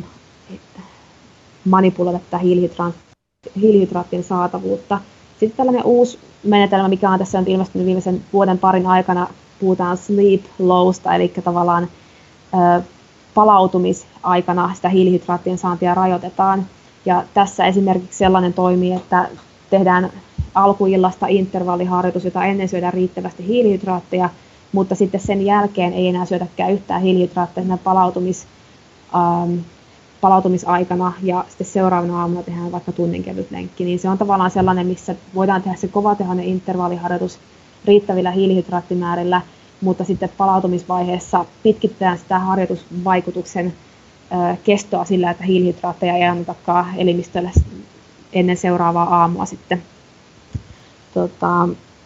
Speaker 2: manipuloida tätä hiilihydraattien saatavuutta. Sitten tällainen uusi menetelmä, mikä on tässä on ilmestynyt viimeisen vuoden parin aikana, puhutaan sleep lowsta, eli tavallaan ää, palautumisaikana sitä hiilihydraattien saantia rajoitetaan. Ja tässä esimerkiksi sellainen toimii, että tehdään alkuillasta intervalliharjoitus, jota ennen syödään riittävästi hiilihydraatteja, mutta sitten sen jälkeen ei enää syötäkään yhtään hiilihydraatteja palautumis, ähm, palautumisaikana, ja sitten seuraavana aamuna tehdään vaikka tunnin kevyt lenkki, niin se on tavallaan sellainen, missä voidaan tehdä se kovatehoinen intervalliharjoitus riittävillä hiilihydraattimäärillä, mutta sitten palautumisvaiheessa pitkitetään sitä harjoitusvaikutuksen äh, kestoa sillä, että hiilihydraatteja ei annetakaan elimistölle ennen seuraavaa aamua sitten. Tota,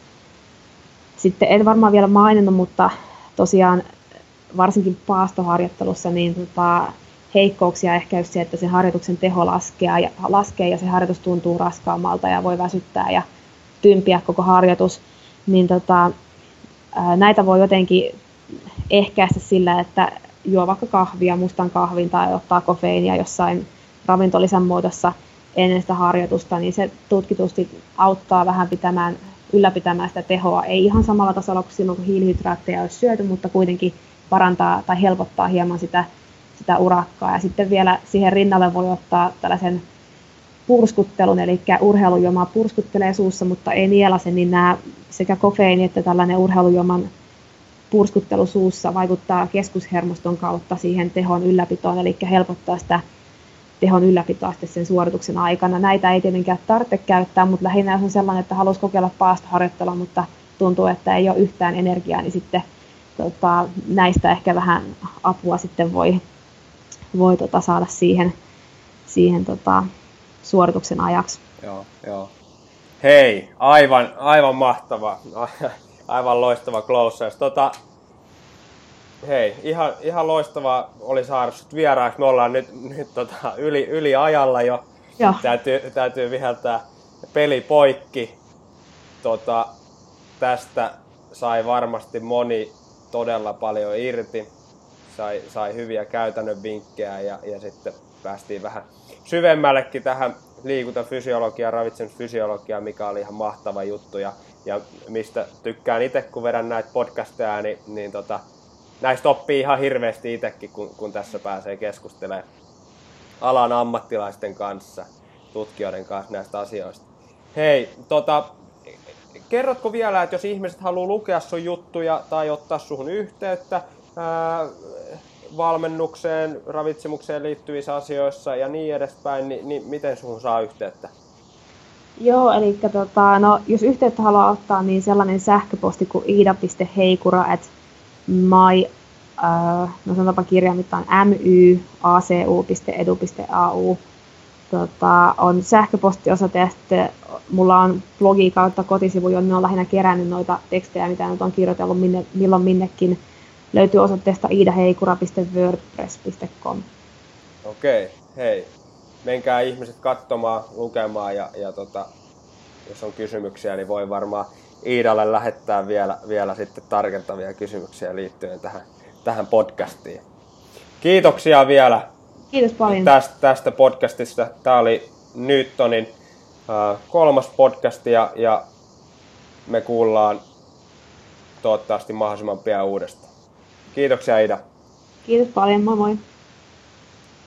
Speaker 2: sitten en varmaan vielä maininnut, mutta tosiaan varsinkin paastoharjoittelussa niin tota, heikkouksia ehkä just se, että se harjoituksen teho laskee ja, laskee ja se harjoitus tuntuu raskaammalta ja voi väsyttää ja tympiä koko harjoitus. Niin tota, ää, näitä voi jotenkin ehkäistä sillä, että juo vaikka kahvia, mustan kahvin tai ottaa kofeiinia jossain ravintolisän muodossa ennen sitä harjoitusta, niin se tutkitusti auttaa vähän pitämään, ylläpitämään sitä tehoa. Ei ihan samalla tasolla kuin silloin, kun hiilihydraatteja olisi syöty, mutta kuitenkin parantaa tai helpottaa hieman sitä, sitä urakkaa. Ja sitten vielä siihen rinnalle voi ottaa tällaisen purskuttelun, eli urheilujuomaa purskuttelee suussa, mutta ei nielaise, niin nämä sekä kofeiini että tällainen urheilujuoman purskuttelu suussa vaikuttaa keskushermoston kautta siihen tehon ylläpitoon, eli helpottaa sitä tehon ylläpitoa sen suorituksen aikana. Näitä ei tietenkään tarvitse käyttää, mutta lähinnä jos on sellainen, että haluaisi kokeilla paastoharjoittelua, mutta tuntuu, että ei ole yhtään energiaa, niin sitten tota, näistä ehkä vähän apua sitten voi, voi tota, saada siihen, siihen tota, suorituksen ajaksi.
Speaker 1: Joo, joo. Hei, aivan, aivan mahtava, aivan loistava close. Tota, hei, ihan, ihan loistavaa oli saada sut vieraaksi. Me ollaan nyt, nyt tota, yli, yli ajalla jo.
Speaker 2: Joo.
Speaker 1: Täytyy, täytyy viheltää peli poikki. Tota, tästä sai varmasti moni todella paljon irti. Sai, sai hyviä käytännön vinkkejä ja, ja sitten päästiin vähän syvemmällekin tähän liikuntafysiologiaan, ravitsemusfysiologiaan, mikä oli ihan mahtava juttu. Ja, ja mistä tykkään itse, kun vedän näitä podcasteja, niin, niin tota, näistä oppii ihan hirveästi itsekin, kun, kun tässä pääsee keskustelemaan alan ammattilaisten kanssa, tutkijoiden kanssa näistä asioista. Hei, tota, kerrotko vielä, että jos ihmiset haluaa lukea sun juttuja tai ottaa suhun yhteyttä ää, valmennukseen, ravitsemukseen liittyvissä asioissa ja niin edespäin, niin, niin miten suhun saa yhteyttä?
Speaker 2: Joo, eli tota, no, jos yhteyttä haluaa ottaa, niin sellainen sähköposti kuin iida piste heikura at my, uh, no sanotaanpa kirjaimittain m y a c u piste e d u piste a u. Tota, on sähköpostiosoite ja sitten mulla on blogi kautta kotisivu, jonne on lähinnä kerännyt noita tekstejä, mitä nyt on kirjoitellut minne, milloin minnekin. Löytyy osoitteesta iidaheikura piste wordpress piste com.
Speaker 1: Okei, hei. menkää ihmiset katsomaan, lukemaan ja, ja tota, jos on kysymyksiä, niin voi varmaan Iidalle lähettää vielä, vielä sitten tarkentavia kysymyksiä liittyen tähän, tähän podcastiin. Kiitoksia vielä.
Speaker 2: Kiitos paljon.
Speaker 1: Tästä, tästä podcastista. Tämä oli Newtonin äh, kolmas podcast ja, ja me kuullaan toivottavasti mahdollisimman pian uudestaan. Kiitoksia Ida.
Speaker 2: Kiitos paljon, moi moi.